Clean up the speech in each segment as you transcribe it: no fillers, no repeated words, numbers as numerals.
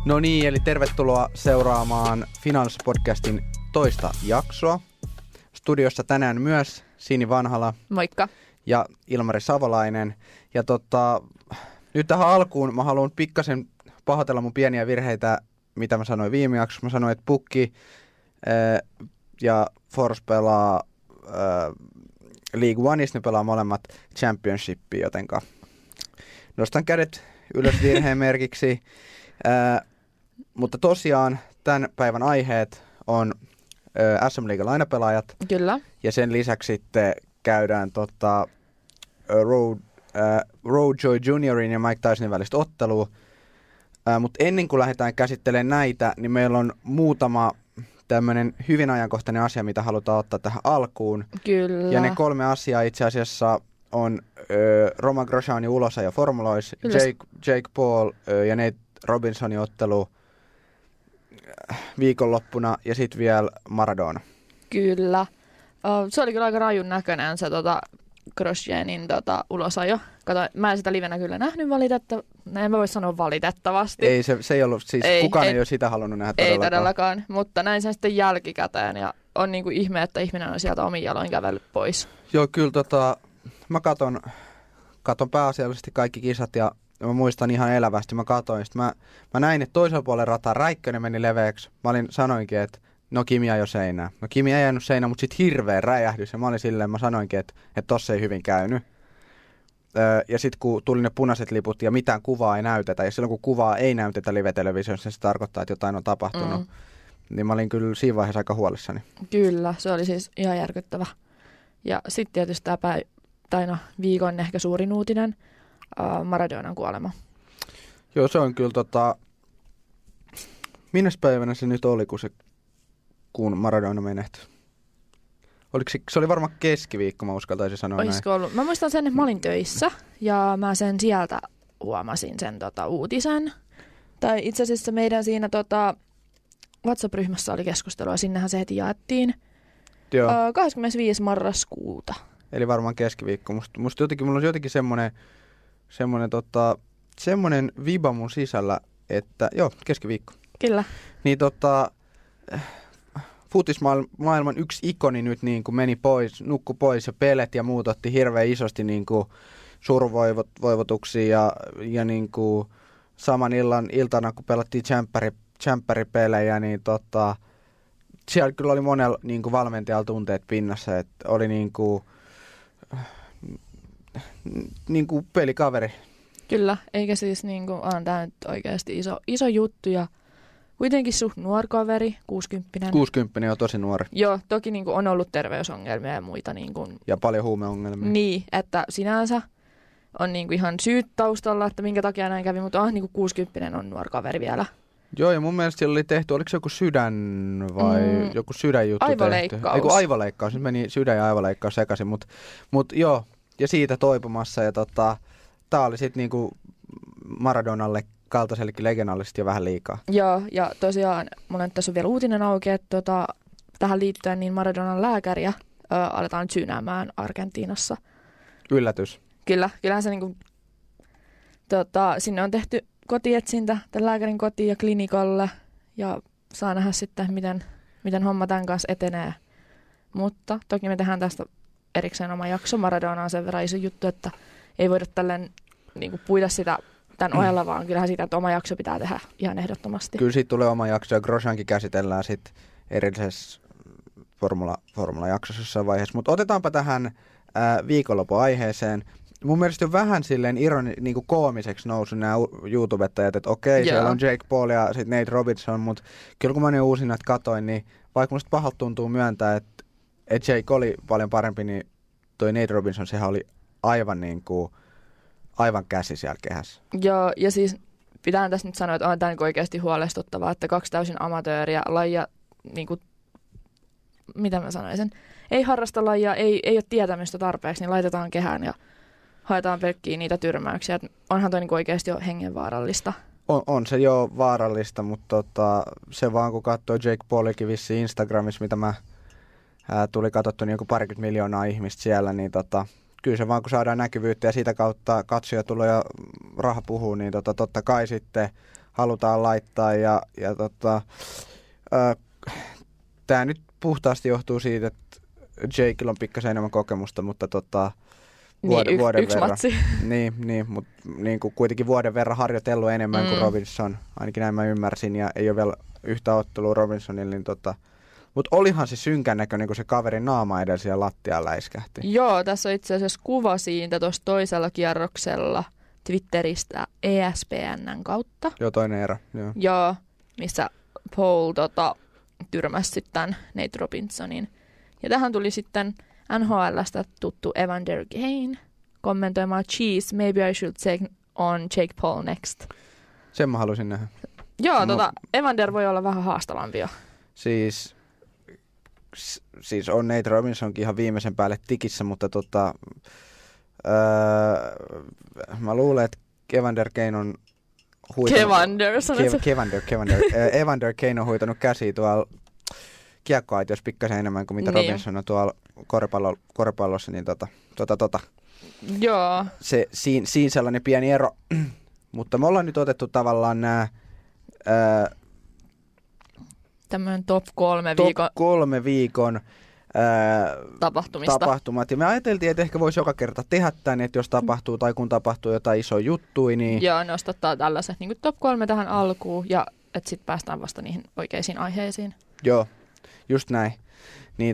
No niin, eli tervetuloa seuraamaan Finals-podcastin toista jaksoa. Studiossa tänään myös Siini Vanhala. Moikka. Ja Ilmari Savolainen. Ja nyt tähän alkuun mä haluan pikkasen pahoitella mun pieniä virheitä, mitä mä sanoin viime jaksossa. Mä sanoin, että Pukki ja Force pelaa League Oneissa, ne pelaa molemmat Championshipia, jotenka nostan kädet ylös virheen merkiksi. Mutta tosiaan tämän päivän aiheet on SM Liigan lainapelaajat. Kyllä. Ja sen lisäksi sitten käydään Roadjoy Juniorin ja Mike Tysonin välistä ottelua. Mutta ennen kuin lähdetään käsittelemään näitä, niin meillä on muutama tämmöinen hyvin ajankohtainen asia, mitä halutaan ottaa tähän alkuun. Kyllä. Ja ne 3 asiaa itse asiassa on Roman Grosjeanin ulosajo formuloissa, Jake Paul ja Nate Robinsonin ottelu viikonloppuna ja sitten vielä Maradona. Kyllä. Se oli kyllä aika rajun näköinen se Grosjeanin ulosajo. Kato, mä en sitä livenä kyllä nähnyt en voi sanoa valitettavasti. Ei, se ei ollut, siis kukaan ei ole sitä halunnut nähdä todellakaan. Ei todellakaan, mutta näin sen sitten jälkikäteen ja on niinku ihme, että ihminen on sieltä omin jaloin kävellyt pois. Joo, kyllä mä katon pääasiallisesti kaikki kisat ja mä muistan ihan elävästi, mä katoin. Mä näin, että toisella puolella rataa Räikkönen meni leveäksi. Sanoinkin, että no Kimi ajoi seinään. No Kimi ei jäänyt seinään, mutta sitten hirveä räjähdys. Ja mä sanoinkin, että tossa ei hyvin käynyt. Ja sitten kun tuli ne punaiset liput ja mitään kuvaa ei näytetä, ja silloin kun kuvaa ei näytetä live-televisiossa, se tarkoittaa, että jotain on tapahtunut. Niin mä olin kyllä siinä vaiheessa aika huolissani. Kyllä, se oli siis ihan järkyttävä. Ja sitten tietysti tämä viikon ehkä suurin uutinen, Maradonan kuolema. Joo, se on kyllä minnes päivänä se nyt oli, kun Maradona menehtyi? Se oli varmaan keskiviikko, mä uskaltaisin sanoa Olisiko ollut? Mä muistan sen, että mä olin töissä ja mä sen sieltä huomasin sen uutisen. Tai itse asiassa meidän siinä WhatsApp-ryhmässä oli keskustelua, sinnehän se heti jaettiin. Joo. 25. marraskuuta. Eli varmaan keskiviikko. Musta mulla on jotenkin semmoinen viba mun sisällä, että joo, keskiviikko. Kyllä. Niin futismaailman yksi ikoni nyt niin kuin meni pois, nukkui pois ja pelet ja muut otti hirveän isosti niin kuin suruvoivotuksia ja niin kuin saman iltana kun pelattiin tsemppäripelejä, niin siellä kyllä oli monella niin kuin valmentajalla tunteet pinnassa, että oli niin kuin pelikaveri. Kyllä, eikä siis on tämä nyt oikeasti iso juttu ja kuitenkin suht nuori kaveri, 60. 60 on tosi nuori. Joo, toki on ollut terveysongelmia ja muita. Ja paljon huumeongelmia. Niin, että sinänsä on ihan syyt taustalla, että minkä takia näin kävi, mutta 60 on nuori kaveri vielä. Joo, ja mun mielestä siellä oli tehty, oliko se joku sydän vai joku sydänjuttu aivoleikkaus. Tehty? Aivoleikkaus, nyt meni sydän ja aivoleikkaus sekaisin, mutta joo, ja siitä toipumassa, ja tää oli sitten niinku Maradonalle kaltaisellekin legendallisesti jo vähän liikaa. Joo, ja tosiaan mulla tässä on vielä uutinen auki, että tähän liittyen niin Maradonan lääkäriä aletaan nyt syynäämään Argentiinassa. Yllätys. Kyllähän se sinne on tehty kotietsintä tämän lääkärin kotiin ja klinikalle ja saa nähdä sitten, miten homma tämän kanssa etenee. Mutta toki me tehdään tästä erikseen oma jakso. Maradona on sen verran iso juttu, että ei voida tälleen puida sitä tämän ohella, vaan kyllähän siitä, että oma jakso pitää tehdä ihan ehdottomasti. Kyllä siitä tulee oma jakso ja Grosjeankin käsitellään sitten erillisessä formula-jaksossa jossain vaiheessa. Mutta otetaanpa tähän viikonlopun aiheeseen. Mun mielestä on vähän silleen niinku koomiseksi noussut nämä YouTubettajat, että okei, siellä on Jake Paul ja sitten Nate Robinson, mutta kyllä kun mä ne uusinat katoin, niin vaikka musta pahalta tuntuu myöntää, että Jake oli paljon parempi, niin toi Nate Robinson, sehän oli aivan käsi siellä kehässä. Joo, ja siis pitää tässä nyt sanoa, että on tämä oikeasti huolestuttavaa, että 2 täysin amatööriä lajia, mitä mä sanoisin, ei harrasta lajia, ei ole tietämystä tarpeeksi, niin laitetaan kehään ja haetaan pelkkiä niitä tyrmäyksiä. Et onhan toi oikeasti jo hengenvaarallista. On se jo vaarallista, mutta se vaan kun katsoo Jake Paulikin vissiin Instagramissa, mitä mä tuli katsottu niin joku 20 miljoonaa ihmistä siellä, niin kyllä se vaan kun saadaan näkyvyyttä ja sitä kautta katsoja tulee ja raha puhuu, niin totta kai sitten halutaan laittaa. Tämä nyt puhtaasti johtuu siitä, että Jakeilla on pikkasen enemmän kokemusta, mutta vuoden yksi verran. matsi. Niin, mutta niin kuin kuitenkin vuoden verran harjoitellut enemmän kuin Robinson, ainakin näin mä ymmärsin, ja ei ole vielä yhtä ottelua Robinsonille, niin mutta olihan se synkän näköinen, kun se kaverin naama edellä siellä lattialla läiskähti. Joo, tässä on itse asiassa kuva siitä tuossa toisella kierroksella Twitteristä ESPN:n kautta. Joo, toinen erä. Joo, missä Paul tyrmäsi sitten Nate Robinsonin. Ja tähän tuli sitten NHL:stä tuttu Evander Kane kommentoimaan cheese, maybe I should take on Jake Paul next. Sen mä halusin nähdä. Joo, Evander voi olla vähän haastavampi jo. Siis on Nate Robinsonkin ihan viimeisen päälle tikissä, mutta mä luulen, että Evander Kane on Evander Kane on huitanut käsiä tuolla kiekkoaitiossa pikkasen enemmän kuin mitä Robinson on tuolla koripallossa, niin Joo. Siinä sellainen pieni ero. Mutta me ollaan nyt otettu tavallaan nämä tämmöinen top 3 viikon tapahtumat. Ja me ajateltiin, että ehkä voisi joka kerta tehdä tämän, että jos tapahtuu tai kun tapahtuu jotain isoa juttuja, niin... Joo, nostattaa tällaiset niin kuin top 3 tähän alkuun ja että sitten päästään vasta niihin oikeisiin aiheisiin. Joo, just näin. Niin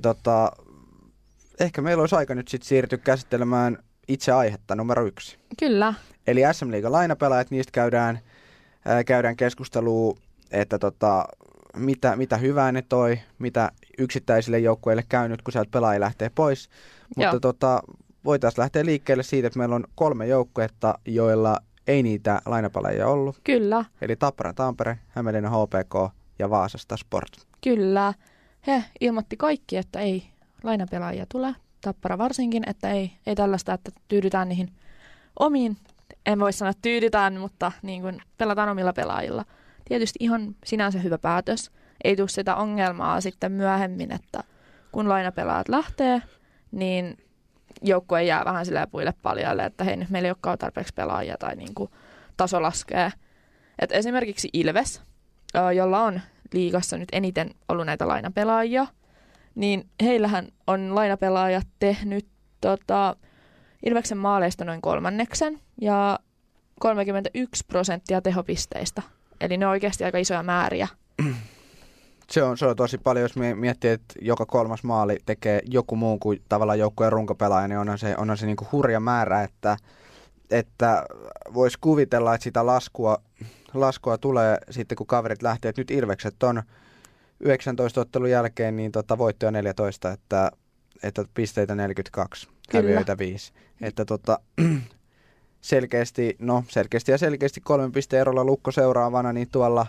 ehkä meillä olisi aika nyt sitten siirtyä käsittelemään itse aihetta numero 1. Kyllä. Eli SM Liigan lainapelaajat, niistä käydään keskustelua, että mitä hyvää ne toi, mitä yksittäisille joukkueille käy nyt, kun sieltä pelaajia lähtee pois. Mutta voitaisiin lähteä liikkeelle siitä, että meillä on 3 joukkuetta, joilla ei niitä lainapelaajia ollut. Kyllä. Eli Tappara Tampere, Hämeenlinna HPK ja Vaasasta Sport. Kyllä. He ilmoitti kaikki, että ei lainapelaajia tule. Tappara varsinkin, että ei tällaista, että tyydytään niihin omiin. En voi sanoa tyydytään, mutta niin kuin pelataan omilla pelaajilla. Tietysti ihan sinänsä hyvä päätös. Ei tule sitä ongelmaa sitten myöhemmin, että kun lainapelaajat lähtee, niin joukkue jää vähän silleen puille paljalle, että hei, nyt meillä ei olekaan tarpeeksi pelaajia tai niin kuin taso laskee. Et esimerkiksi Ilves, jolla on liigassa nyt eniten ollut näitä lainapelaajia, niin heillähän on lainapelaajat tehnyt Ilveksen maaleista noin 1/3 ja 31% tehopisteistä. Eli ne on oikeasti aika isoja määriä. Se on tosi paljon, jos miettii, että joka 3. maali tekee joku muu kuin tavallaan joukkueen runkopelaaja, niin onhan se niinku hurja määrä, että voisi kuvitella, että sitä laskua tulee sitten, kun kaverit lähtee. Et nyt Ilvekset on 19 ottelun jälkeen niin voittoja 14, että pisteitä 42, häviöitä 5. Että selkeästi 3 pisteen erolla Lukko seuraavana, niin tuolla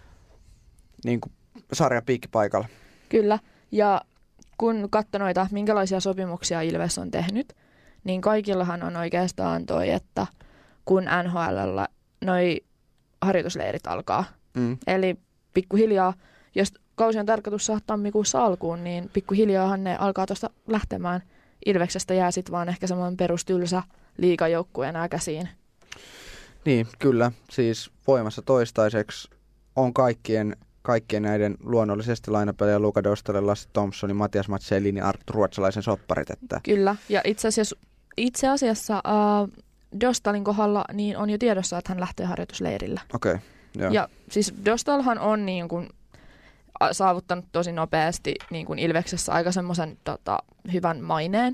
niin kuin sarjan piikkipaikalla. Kyllä, ja kun katsoo noita, minkälaisia sopimuksia Ilves on tehnyt, niin kaikillahan on oikeastaan toi, että kun NHL:llä noi harjoitusleirit alkaa. Eli pikkuhiljaa, jos kausi on tarkoitus saada tammikuussa alkuun, niin pikkuhiljaahan ne alkaa tuosta lähtemään. Ilveksestä jää sitten vaan ehkä semmoinen perustylsä liigajoukkue enää käsiin. Niin, kyllä. Siis voimassa toistaiseksi on kaikkien näiden luonnollisesti lainapelejä Luka Dostalin, Lasse Thompsonin, Matias Matsellin ja Arttu Ruotsalaisen sopparit. Että... Kyllä, ja itse asiassa Dostalin kohdalla niin on jo tiedossa, että hän lähtee harjoitusleirillä. Okei, joo. Ja siis Dostalhan on niin kuin saavuttanut tosi nopeasti niin kuin Ilveksessä aika semmoisen hyvän maineen.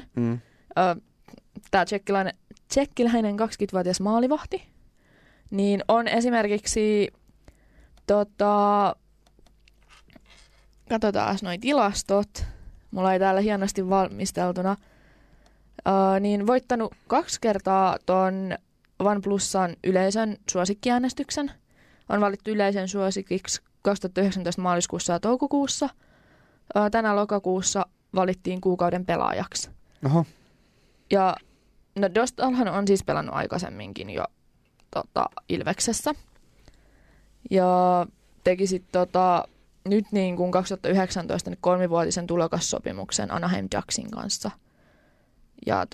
Tämä tsekkiläinen 20-vuotias maalivahti niin on esimerkiksi katsotaan noi tilastot. Mulla ei täällä hienosti valmisteltuna. Niin voittanut 2 kertaa ton OnePlusan yleisön suosikkiäänestyksen. On valittu yleisen suosikiksi 2019 maaliskuussa ja toukokuussa. Tänä lokakuussa valittiin kuukauden pelaajaksi. Oho. Ja no Dostalhan on siis pelannut aikaisemminkin jo Ilveksessä. Ja teki sitten nyt niin kuin 2019 3-vuotisen tulokassopimuksen Anaheim Ducksin kanssa. Ja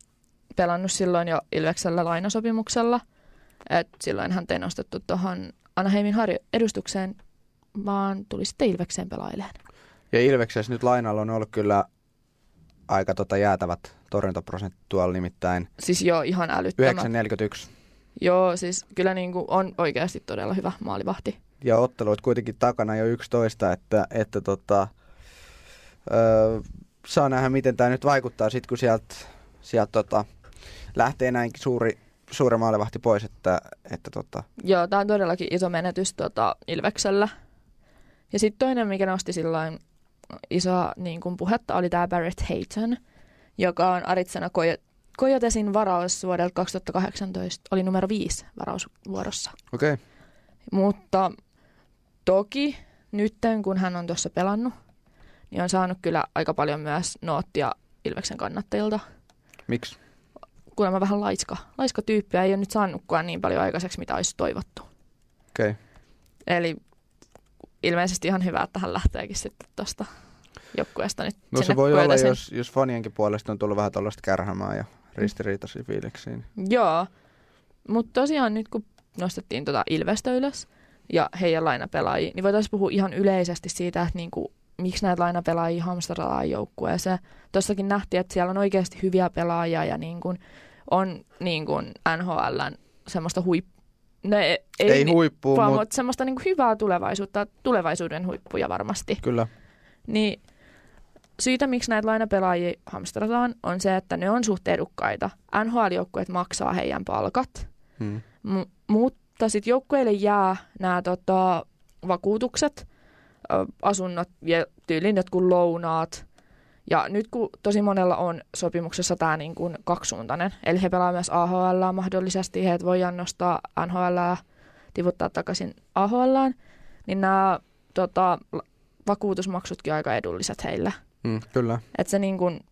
pelannut silloin jo Ilveksellä lainasopimuksella. Et silloin hän ei nostettu tuohon Anaheimin edustukseen, vaan tuli sitten Ilvekseen pelailemaan. Ja Ilveksessä nyt lainalla on ollut kyllä aika jäätävät torjuntaprosentti tuolla nimittäin. Siis joo, ihan älyttömät. 9,41. Joo, siis kyllä niinku on oikeasti todella hyvä maalivahti. Ja otteluit kuitenkin takana jo 11, että saa nähdä, miten tämä nyt vaikuttaa sitten, kun sieltä lähtee näinkin suuri maalivahti pois. Joo, tämä on todellakin iso menetys Ilveksellä. Ja sitten toinen, mikä nosti silloin isoa niin kuin puhetta, oli tämä Barrett Hayton, joka on Arizona Coyotesin varaus vuodelta 2018. Oli numero 5 varausvuorossa. Okei. Mutta toki nytten, kun hän on tuossa pelannut, niin on saanut kyllä aika paljon myös noottia Ilveksen kannattajilta. Miksi? Kuulemma vähän laiska tyyppiä, ei ole nyt saanutkaan niin paljon aikaiseksi, mitä olisi toivottu. Okei. Eli ilmeisesti ihan hyvä, että hän lähteekin sitten tuosta joukkueesta nyt No sinne se voi olla, Coyotesiin. jos fanienkin puolesta on tullut vähän tuollaista kärhämää ja ristiriitaisia fiiliksiä. Joo, mutta tosiaan nyt kun nostettiin Ilvestä ylös ja heidän lainapelaajia, niin voitaisiin puhua ihan yleisesti siitä, että niinku, miksi näitä lainapelaajia hamstrataan joukkueeseen. Tuossakin nähtiin, että siellä on oikeasti hyviä pelaajia ja niinku, on niinku NHL:n semmoista ei huippua, mutta semmoista niinku hyvää tulevaisuutta, tulevaisuuden huippuja varmasti. Kyllä. Niin syitä, miksi näitä lainapelaajia hamstrataan, on se, että ne on suht edukkaita. NHL-joukkueet maksaa heidän palkat, mutta sitten joukkueille jää nämä vakuutukset, asunnot ja tyylin jotkut lounaat. Ja nyt kun tosi monella on sopimuksessa tämä niin kuin kaksisuuntainen, eli he pelaa myös AHL mahdollisesti, he voidaan nostaa NHL ja tiputtaa takaisin AHL, niin nämä vakuutusmaksutkin aika edulliset heille. Kyllä. Että se niin kuin,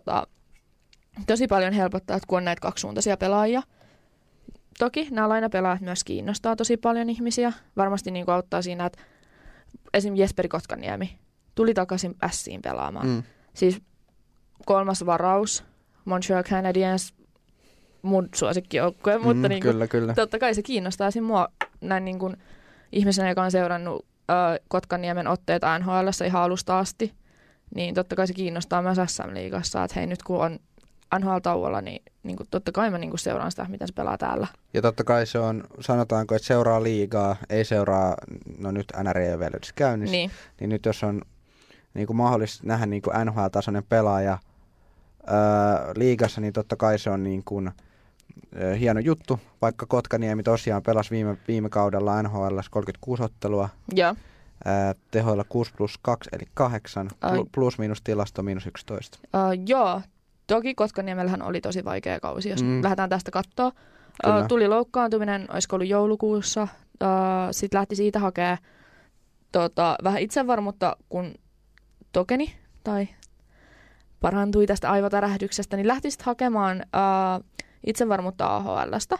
tosi paljon helpottaa, että kun on näitä kaksisuuntaisia pelaajia. Toki nämä lainapelaajat myös kiinnostaa tosi paljon ihmisiä. Varmasti niin kuin auttaa siinä, että esimerkiksi Jesperi Kotkaniemi tuli takaisin Ässiin pelaamaan. Siis 3. varaus, Montreal Canadiens, mun suosikkijoukkue, mutta niin kuin, kyllä. Totta kai se kiinnostaa mua näin niin kuin ihmisenä, joka on seurannut Kotkaniemen otteita NHL:ssä ihan alusta asti, niin totta kai se kiinnostaa myös SM-liigassa, että hei nyt kun on NHL-tauolla, niin kuin totta kai mä niin kuin seuraan sitä, miten se pelaa täällä. Ja totta kai se on, sanotaanko, että seuraa liigaa, ei seuraa, no nyt NR ei ole vielä käynnissä, niin nyt jos on niin kuin mahdollista nähdä niin kuin NHL-tasoinen pelaaja liigassa, niin totta kai se on niin kuin, hieno juttu, vaikka Kotkaniemi tosiaan pelasi viime kaudella NHL:ssä 36 ottelua. Ja. Tehoilla 6+2 eli 8, plus-miinus tilasto -11. Joo, toki Kotkaniemellähän oli tosi vaikea kausi, jos lähdetään tästä katsoa. Tuli loukkaantuminen, olisiko ollut joulukuussa, sitten lähti siitä hakemaan vähän itsevarmuutta, kun tokeni tai parantui tästä aivotärähdyksestä, niin lähti sitten hakemaan itsevarmuutta AHL:stä.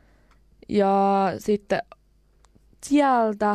Ja sitten sieltä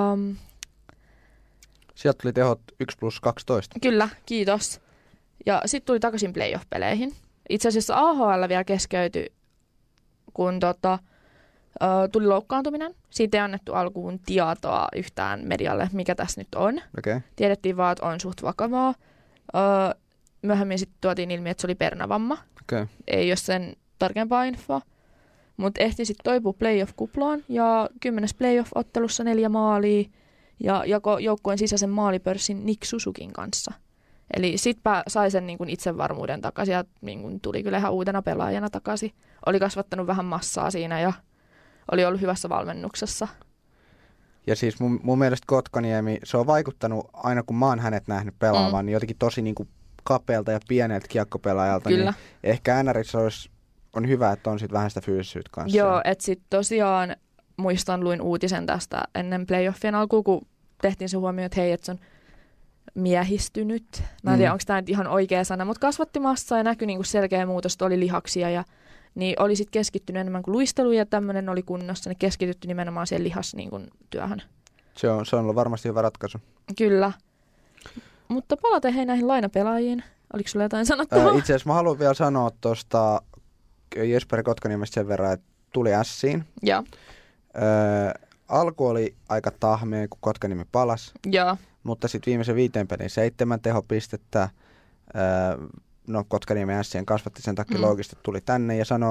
sieltä tuli tehot 1+12. Kyllä, kiitos. Ja sitten tuli takaisin playoff-peleihin. Itse asiassa AHL vielä keskeytyi, kun tuli loukkaantuminen. Siitä ei annettu alkuun tietoa yhtään medialle, mikä tässä nyt on. Okay. Tiedettiin vaan, että on suht vakavaa. Myöhemmin sitten tuotiin ilmi, että se oli pernavamma. Okay. Ei ole sen tarkempaa infoa. Mutta ehti sitten toipua playoff-kuplaan ja 10. playoff-ottelussa 4 maalia ja jako joukkueen sisäisen maalipörssin Nick Suzukin kanssa. Eli sitten sai sen niin kun itsevarmuuden takaisin ja niin kun tuli kyllä ihan uutena pelaajana takaisin. Oli kasvattanut vähän massaa siinä ja oli ollut hyvässä valmennuksessa. Ja siis mun mielestä Kotkaniemi, se on vaikuttanut aina kun mä oon hänet nähnyt pelaavan, niin jotenkin tosi niin kuin kapealta ja pieneltä kiekkopelaajalta. Kyllä. Niin ehkä NRissä on hyvä, että on sitten vähän sitä fyysisyyttä kanssa. Joo, että sitten tosiaan luin uutisen tästä ennen playoffien alkuun, kun tehtiin se huomio, että hei, että se on miehistynyt. Mä en tiedä, onko tämä nyt ihan oikea sana, mutta kasvatti massaa ja näkyi niinku selkeä muutos, oli lihaksia ja niin oli sitten keskittynyt enemmän kuin luistelu ja tämmöinen oli kunnossa, niin keskitytty nimenomaan siihen työhön. Se on ollut varmasti hyvä ratkaisu. Kyllä. Mutta palataan hei näihin lainapelaajiin. Oliko sulla jotain sanottavaa? Itse asiassa mä haluan vielä sanoa tuosta Jesperi Kotkaniemestä sen verran, että tuli Ässiin. Joo. alku oli aika tahmea, kun Kotkaniemi palasi, Joo. mutta sitten viimeisen 5 pelin 7 tehopistettä. No Kotkaniemi Ässien kasvatti sen takia loogisesti tuli tänne ja sanoi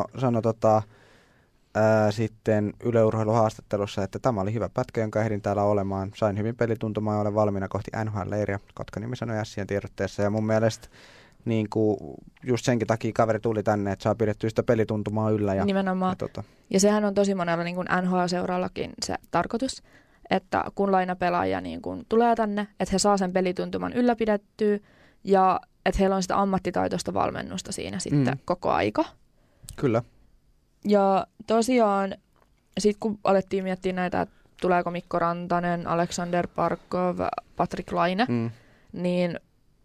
sitten Yle Urheilun haastattelussa, että tämä oli hyvä pätkä, jonka ehdin täällä olemaan. Sain hyvin pelituntumaa ja olen valmiina kohti NHL-leiriä. Kotkaniemi sanoi Ässien tiedotteessa ja mun mielestä niin kuin just senkin takia kaveri tuli tänne, että saa pidettyä sitä pelituntumaa yllä. Ja, nimenomaan. Ja sehän on tosi monella niin kuin NHL-seurallakin se tarkoitus, että kun lainapelaaja niin kuin tulee tänne, että he saa sen pelituntuman ylläpidettyä ja että heillä on sitä ammattitaitoista valmennusta siinä sitten koko aika. Kyllä. Ja tosiaan, sitten kun alettiin miettiä näitä, että tuleeko Mikko Rantanen, Alexander Barkov, Patrik Laine, niin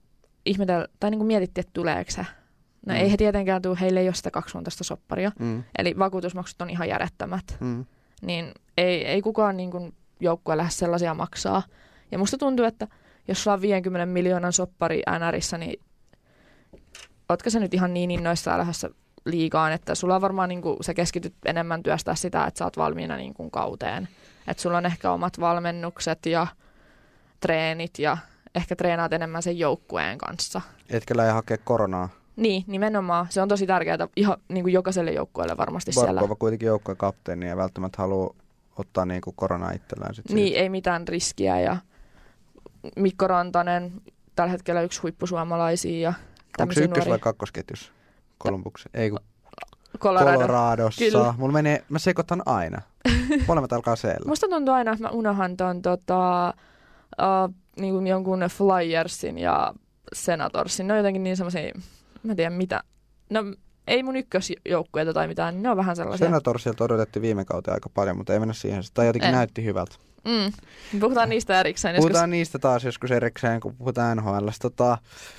niin mietittiin, että tuleeko se. No ei he tietenkään tule, heille ei ole sitä 2-vuotiaista sopparia. Eli vakuutusmaksut on ihan järjettömät. Niin ei kukaan niin kuin joukkue lähde sellaisia maksaa. Ja musta tuntuu, että jos sulla on 50 miljoonan soppari NRissä, niin ootko sä nyt ihan niin innoissaan lähdössä liigaan, että sulla on varmaan niin kuin, sä keskityt enemmän työstää sitä, että sä oot valmiina niin kuin kauteen. Että sulla on ehkä omat valmennukset ja treenit ja ehkä treenaat enemmän sen joukkueen kanssa. Etkä lähde hakea koronaa. Niin, nimenomaan. Se on tosi tärkeää ihan niin kuin jokaiselle joukkueelle varmasti Barkov siellä. on kuitenkin joukkueen kapteeni ja välttämättä haluaa ottaa niin kuin koronaa itsellään. Niin, ei mitään riskiä. Ja Mikko Rantanen, tällä hetkellä yksi huippusuomalaisia. Ja onko se ykkös- vai kakkosketjus? Kolumbuksessa. Ei kun Coloradossa. Kyllä. Mulla menee, mä sekoitan aina. Molemmat alkaa C-llä. Musta tuntuu aina, että mä unohan ton niin kuin jonkun Flyersin ja Senatorsin. Ne on jotenkin niin semmosia, mä en tiedä mitä. No ei mun ykkösjoukkueita tai mitään, niin ne on vähän sellaisia. Senatorsilta odotettiin viime kauteen aika paljon, mutta ei mennä siihen. Tai jotenkin näytti hyvältä. Puhutaan niistä erikseen. Puhutaan niistä taas joskus erikseen, kun puhutaan NHL:stä.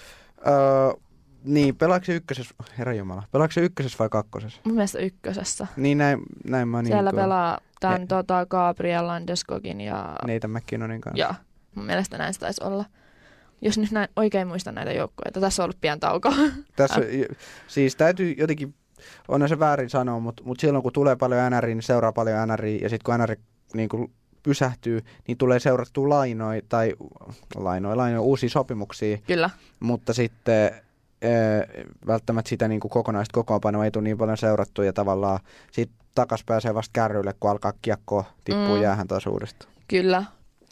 Niin, pelaako se ykkösessä, herranjumala, pelaako se ykkösessä vai kakkosessa? Mun mielestä ykkösessä. Niin näin mä niin. Siellä pelaa tämän Gabriel Landeskogin ja Nathan McKinnonin kanssa. Joo, mun mielestä näin se taisi olla. Jos nyt näin oikein muistan näitä joukkoja. Tässä on ollut pian tauko. Tässä siis täytyy jotenkin, on se väärin sanoa, mutta silloin kun tulee paljon NRiä, niin seuraa paljon NRiä. Ja sitten kun NR niin kun pysähtyy, niin tulee seurattua lainoja uusia sopimuksia. Kyllä. Mutta sitten välttämättä sitä niin kuin kokonaista kokoonpanoa ei tule niin paljon seurattua ja tavallaan sitten takas pääsee vasta kärryille, kun alkaa kiekkoa tippua jäähän taas uudestaan. Kyllä.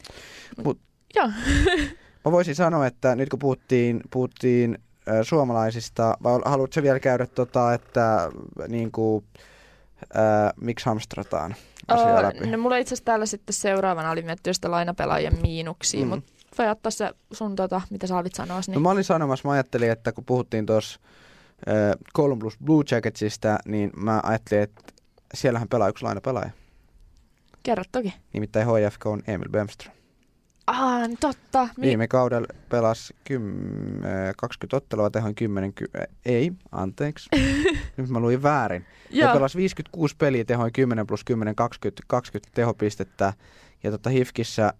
Joo. Mä voisin sanoa, että nyt kun puhuttiin suomalaisista, vai haluatko vielä käydä että niin kuin, miksi hamstrataan asiaa läpi? No, mulla itse asiassa täällä sitten seuraavana oli miettiä sitä lainapelaajien miinuksia, mutta voi ottaa se sun, mitä sä olit sanoa. Niin. No mä olin sanomassa, mä ajattelin, että kun puhuttiin tuossa Columbus Blue Jacketsista, niin mä ajattelin, että siellähän pelaa yksi lainapelaaja. Kerro toki. Nimittäin HFK on Emil Bemström. Totta. Viime kaudella pelasi 20 ottelua, tehoin 10... Ei, anteeksi. Nyt mä luin väärin. Ja pelasi 56 peliä, tehoin 10 plus 10, 20 tehopistettä. Ja HIFKissä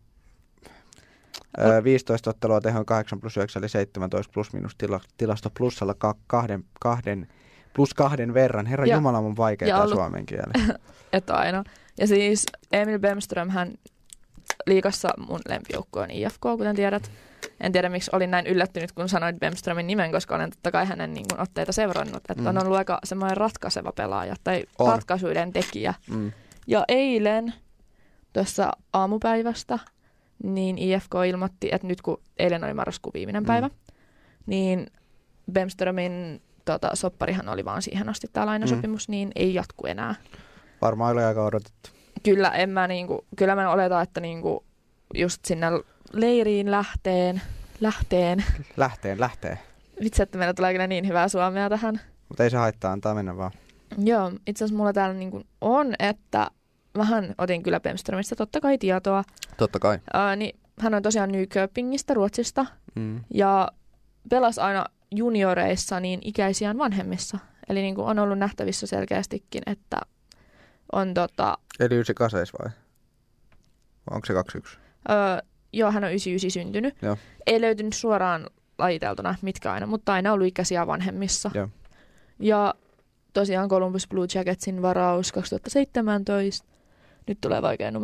15 ottelua, tehoin 8 plus 9, eli 17 plus minus tilasto plussalla plus 2 verran. Herra Jumala, mun vaikea tämä suomen kieli. Että aina. Ja siis Emil Bemström, hän liigassa mun lempijoukkue on IFK, kuten tiedät. En tiedä, miksi olin näin yllättynyt, kun sanoit Bemströmin nimen, koska olen totta kai hänen niin kuin, otteita seurannut. Että on ollut aika semmoinen ratkaiseva pelaaja tai ratkaisuiden tekijä. Ja eilen tuossa aamupäivästä niin IFK ilmoitti, että nyt kun eilen oli marraskuun viimeinen päivä, niin Bemströmin sopparihan oli vaan siihen asti tämä lainasopimus, niin ei jatku enää. Varmaan oli aika odotettu. Kyllä, kyllä mä oletan, että niinku just sinne leiriin lähteen. Vitsi, että meillä tulee kyllä niin hyvää suomea tähän. Mutta ei se haittaa, antaa mennä vaan. Joo, itse asiassa mulla täällä niinku on, että vähän otin kyllä Bemströmistä totta kai tietoa. Totta kai. Niin hän on tosiaan Nyköpingistä, Ruotsista. Ja pelasi aina junioreissa niin ikäisiään vanhemmissa. Eli niinku on ollut nähtävissä selkeästikin, että on Eli 98 vai? Onko se 21? Joo, hän on 99 syntynyt. Joo. Ei löytynyt suoraan lajiteltuna mitkä aina, mutta aina ollut ikäisiä vanhemmissa. Joo. Ja tosiaan Columbus Blue Jacketsin varaus 2017. Nyt tulee vaikea numero.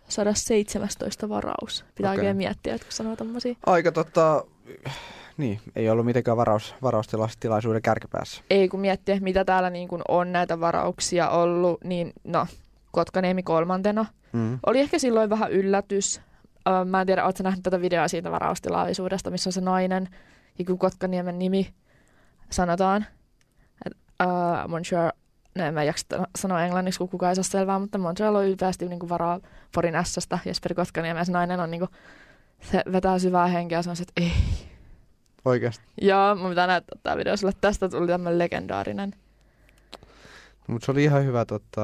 117 varaus. Pitää oikein miettiä, että kun sanoo tommosia. Aika niin, ei ollut mitenkään varaustilaisuuden kärkipäässä. Ei kun miettiä, mitä täällä niin kun on näitä varauksia ollut, niin no, Kotkaniemi 3. Oli ehkä silloin vähän yllätys. Mä en tiedä, ootko sä nähnyt tätä videoa siitä varaustilaisuudesta, missä on se nainen, ja kun Kotkaniemen nimi sanotaan. Montreal, no en mä jaksa sanoa englanniksi, kun kukaan ei saa selvää, mutta Montreal on ylpeästi niin varaa Porin S:stä, Jesperi Kotkaniemi, ja se nainen on niin kuin, se vetää syvää henkeä ja sanoo, että ei. Oikeasti? Joo, mun pitää näyttää tää video sulle. Tästä tuli tämmönen legendaarinen. Mutta se oli ihan hyvä,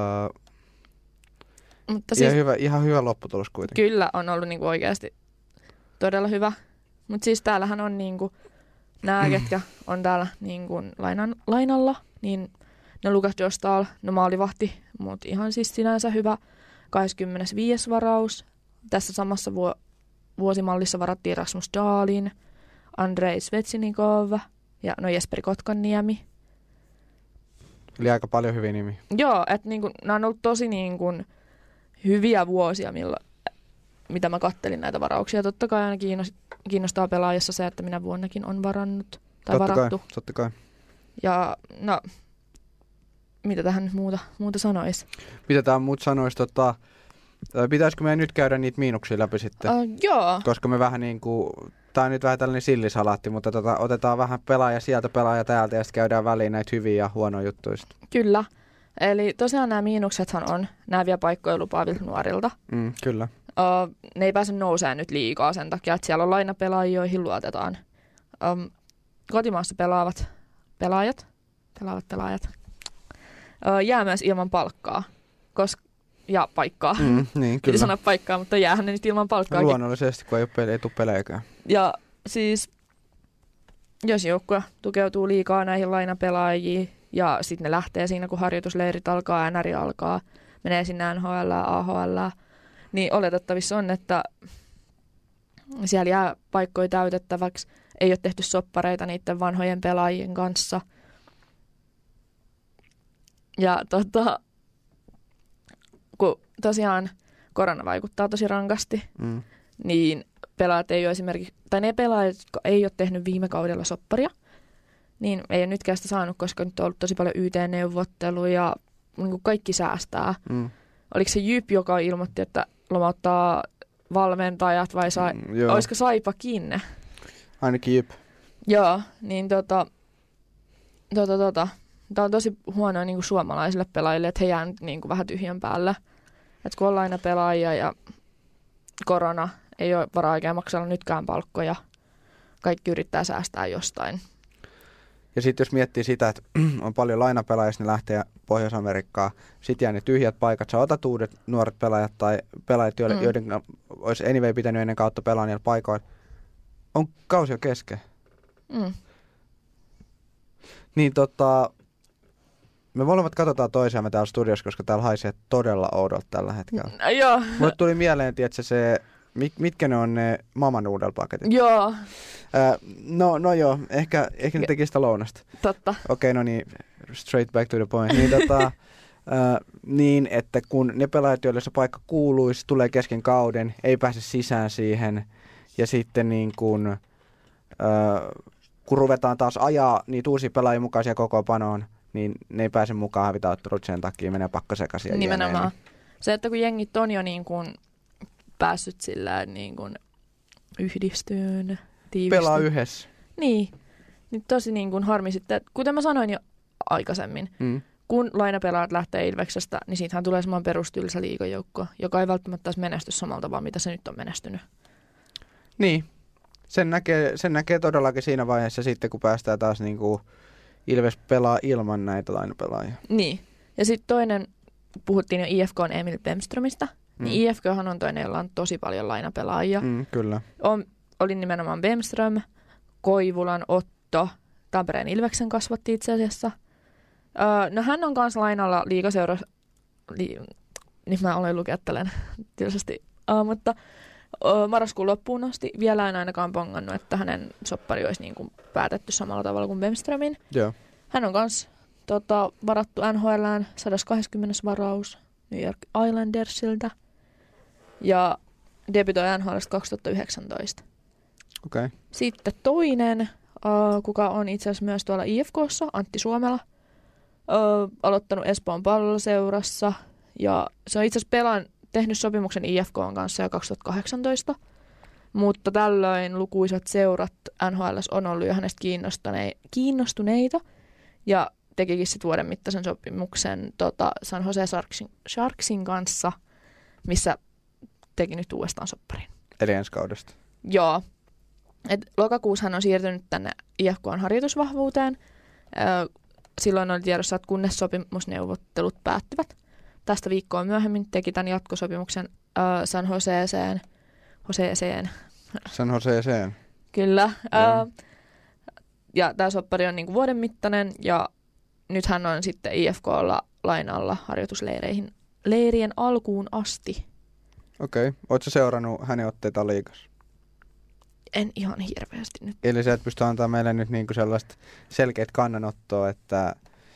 mutta siis, ihan hyvä lopputulos kuitenkin. Kyllä on ollut niinku oikeasti todella hyvä. Mutta siis täällähän on niinku nämä, ketkä on täällä niinku lainalla, niin ne Lukas Dostal, no maalivahti, mutta ihan siis sinänsä hyvä 25. varaus. Tässä samassa vuosimallissa varattiin Rasmus Dahlin, Andrei Svetsinikov ja no Jesperi Kotkaniemi. Eli aika paljon hyviä nimiä. Joo, että niinku, nämä on ollut tosi niinku hyviä vuosia, mitä mä kattelin näitä varauksia. Totta kai aina kiinnostaa pelaajassa se, että minä vuonnakin on varannut tai varattu. Totta kai. Ja no, mitä tähän nyt muuta sanoisi? Mitä tähän muuta sanoisi? Pitäisikö meidän nyt käydä niitä miinuksia läpi sitten? Joo. Koska me vähän niin kuin, tää on nyt vähän tällainen sillisalaatti, mutta otetaan vähän pelaaja sieltä, pelaaja täältä ja sitten käydään väliin näitä hyviä ja huonoja juttuja. Kyllä. Eli tosiaan nämä miinuksethan on, nämä vie paikkoja lupaavilta nuorilta. Kyllä. Ne ei pääse nousemaan nyt liikaa sen takia, että siellä on lainapelaajia, joihin luotetaan. Kotimaassa pelaavat pelaajat jää myös ilman palkkaa ja paikkaa. Niin, piti sanoa paikkaa, mutta jäähän ne nyt ilman palkkaa. Luonnollisesti, kun ei tule pelejäkään. Ja siis, jos joukkue tukeutuu liikaa näihin lainapelaajiin, ja sitten ne lähtee siinä, kun harjoitusleirit alkaa, NR alkaa, menee sinne NHL, AHL, niin oletettavissa on, että siellä jää paikkoja täytettäväksi. Ei ole tehty soppareita niiden vanhojen pelaajien kanssa. Ja kun tosiaan korona vaikuttaa tosi rankasti, niin pelaajat ei ole esimerkiksi, tai ne pelaajat, jotka ei ole tehnyt viime kaudella sopparia, niin ei ole nytkään sitä saanut, koska nyt on ollut tosi paljon YT-neuvotteluja ja niin kaikki säästää. Oliko se Jyp, joka ilmoitti, että lomauttaa valmentajat vai olisiko Saipakin? Ainakin Jyp. Joo, niin tämä on tosi huonoa niin kuin suomalaisille pelaajille, että he jää nyt niin kuin vähän tyhjän päällä. Että kun on aina pelaajia ja korona, ei ole varaa oikein maksella nytkään palkkoja. Kaikki yrittää säästää jostain. Ja sitten jos miettii sitä, että on paljon lainapelaajia, ne lähtee Pohjois-Amerikkaan, sitten jää ne tyhjät paikat, sä otat uudet nuoret pelaajat tai pelaajat, joiden olisi anyway pitänyt ennen kautta pelaa niillä paikoilla. On kausi jo kesken. Niin me molemmat katsotaan toisiamme täällä studiossa, koska täällä haisee todella oudolta tällä hetkellä. Joo. Mulle tuli mieleen, tiedätkö, mitkä ne on ne Mama Noodle-paketit? Joo. No joo, ehkä ne teki sitä lounasta. Totta. Okei, no niin, straight back to the point. Niin, niin, että kun ne pelaajat, joille se paikka kuuluisi, tulee kesken kauden, ei pääse sisään siihen, ja sitten niin kun ruvetaan taas ajaa niitä uusia pelaajia mukaisia kokoonpanoon, niin ne ei pääse mukaan hävitäottelut sen takia, menee pakko sekaisin. Nimenomaan. Se, että kun jengit on jo niin kuin päässyt sillä niin kuin yhdistyyn, tiivistyyn. Pelaa yhdessä. Niin. Nyt tosi niin kuin harmi sitten, kuten mä sanoin jo aikaisemmin, kun lainapelaajat lähtee Ilveksestä, niin siitähän tulee semmoinen perustyylisä liigajoukko, joka ei välttämättä taas menesty samalla tavalla, mitä se nyt on menestynyt. Niin. Sen näkee todellakin siinä vaiheessa sitten, kun päästään taas niin kuin Ilves pelaa ilman näitä lainapelaajia. Niin. Ja sitten toinen, puhuttiin jo IFK:n Emil Bemströmistä, niin IFKhan on toinen, jolla on tosi paljon lainapelaajia. Kyllä. Oli nimenomaan Bemström, Koivulan Otto, Tampereen Ilveksen kasvatti itse asiassa. No hän on kanssa lainalla liigaseurassa, niin mä olen lukettelen tietysti, mutta marraskuun loppuun asti vielä en ainakaan pongannut, että hänen soppari olisi niin kuin päätetty samalla tavalla kuin Bemströmin. Joo. Hän on kanssa varattu NHL:ään 120 varaus New York Islandersilta. ja debytoi NHL 2019. Okei. Sitten toinen, kuka on itse asiassa myös tuolla IFK:ssa, Antti Suomela, aloittanut Espoon palloseurassa ja se on itse asiassa tehnyt sopimuksen IFK:n kanssa jo 2018, mutta tällöin lukuisat seurat NHL:ssä on ollut jo hänestä kiinnostuneita ja tekikin sitten vuoden mittaisen sopimuksen San Jose Sharksin kanssa, missä teki nyt uudestaan sopparin. Eli ensi kaudesta. Joo. Lokakuussa hän on siirtynyt tänne IFK:n harjoitusvahvuuteen. Silloin oli tiedossa, että kunnes sopimusneuvottelut päättyvät. Tästä viikkoa myöhemmin teki tämän jatkosopimuksen San Joseen. San Joseen. Kyllä. Ja tämä soppari on niinku vuoden mittainen ja nyt hän on sitten IFK:lla lainalla harjoitusleirien alkuun asti. Okei. Oletko seurannut hänen otteita liigassa? En ihan hirveästi nyt. Eli sä et pysty antaa meille nyt niinku sellaista selkeät kannanottoa, että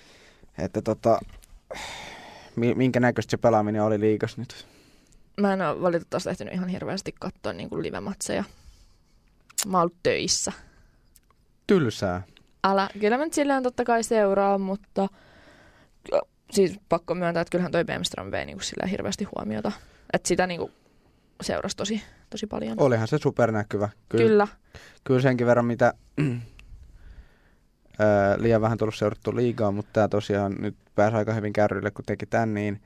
minkä näköistä se pelaaminen oli liigassa nyt? Mä en ole valitettavasti ehtinyt ihan hirveästi katsoa niinku live-matseja. Mä oon ollut töissä. Tylsää. Kyllä mä nyt silleen totta kai seuraa, mutta siis pakko myöntää, että kyllähän toi Bemström vei niinku silleen hirveästi huomiota. Että sitä niinku seurasi tosi paljon. Olihan se supernäkyvä. Kyllä. Kyllä senkin verran, mitä liian vähän tullut seurattua liigaa, mutta tämä tosiaan nyt pääsi aika hyvin kärryille, kun teki tän, niin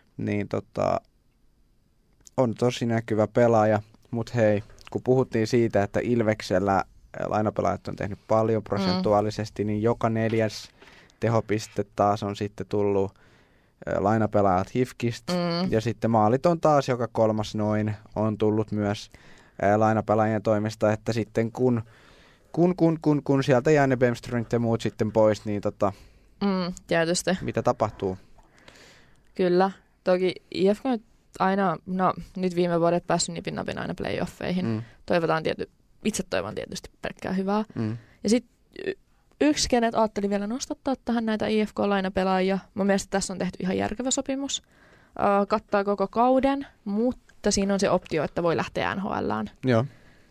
on tosi näkyvä pelaaja. Mutta hei, kun puhuttiin siitä, että Ilveksellä lainapelaajat on tehnyt paljon prosentuaalisesti, niin joka 4. tehopiste taas on sitten tullut lainapelaajat HIFKistä. Ja sitten maalit on taas joka 3. noin on tullut myös lainapelaajien toimesta, että sitten kun sieltä jää ne Bemströmit ja muut sitten pois, niin tietysti. Mitä tapahtuu? Kyllä. Toki IFK nyt aina, nyt viime vuodet päässyt nipin napin aina playoffeihin. Itse toivon tietysti pelkkää hyvää. Ja sitten yksi, kenet ajattelin vielä nostattaa tähän näitä IFK-lainapelaajia. Mun mielestä tässä on tehty ihan järkevä sopimus. Kattaa koko kauden, mutta siinä on se optio, että voi lähteä NHLään. Joo.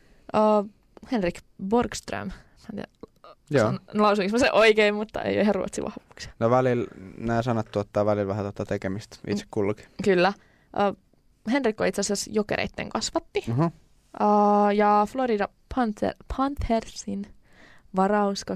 Henrik Borgström. Lausuinko mä sen oikein, mutta ei ole ihan ruotsin vahvuuksia. No välillä nämä sanat tuottaa välillä vähän tekemistä itse kullakin. Kyllä. Henrik on itse asiassa Jokereitten kasvatti. Ja Florida Panthersin varaus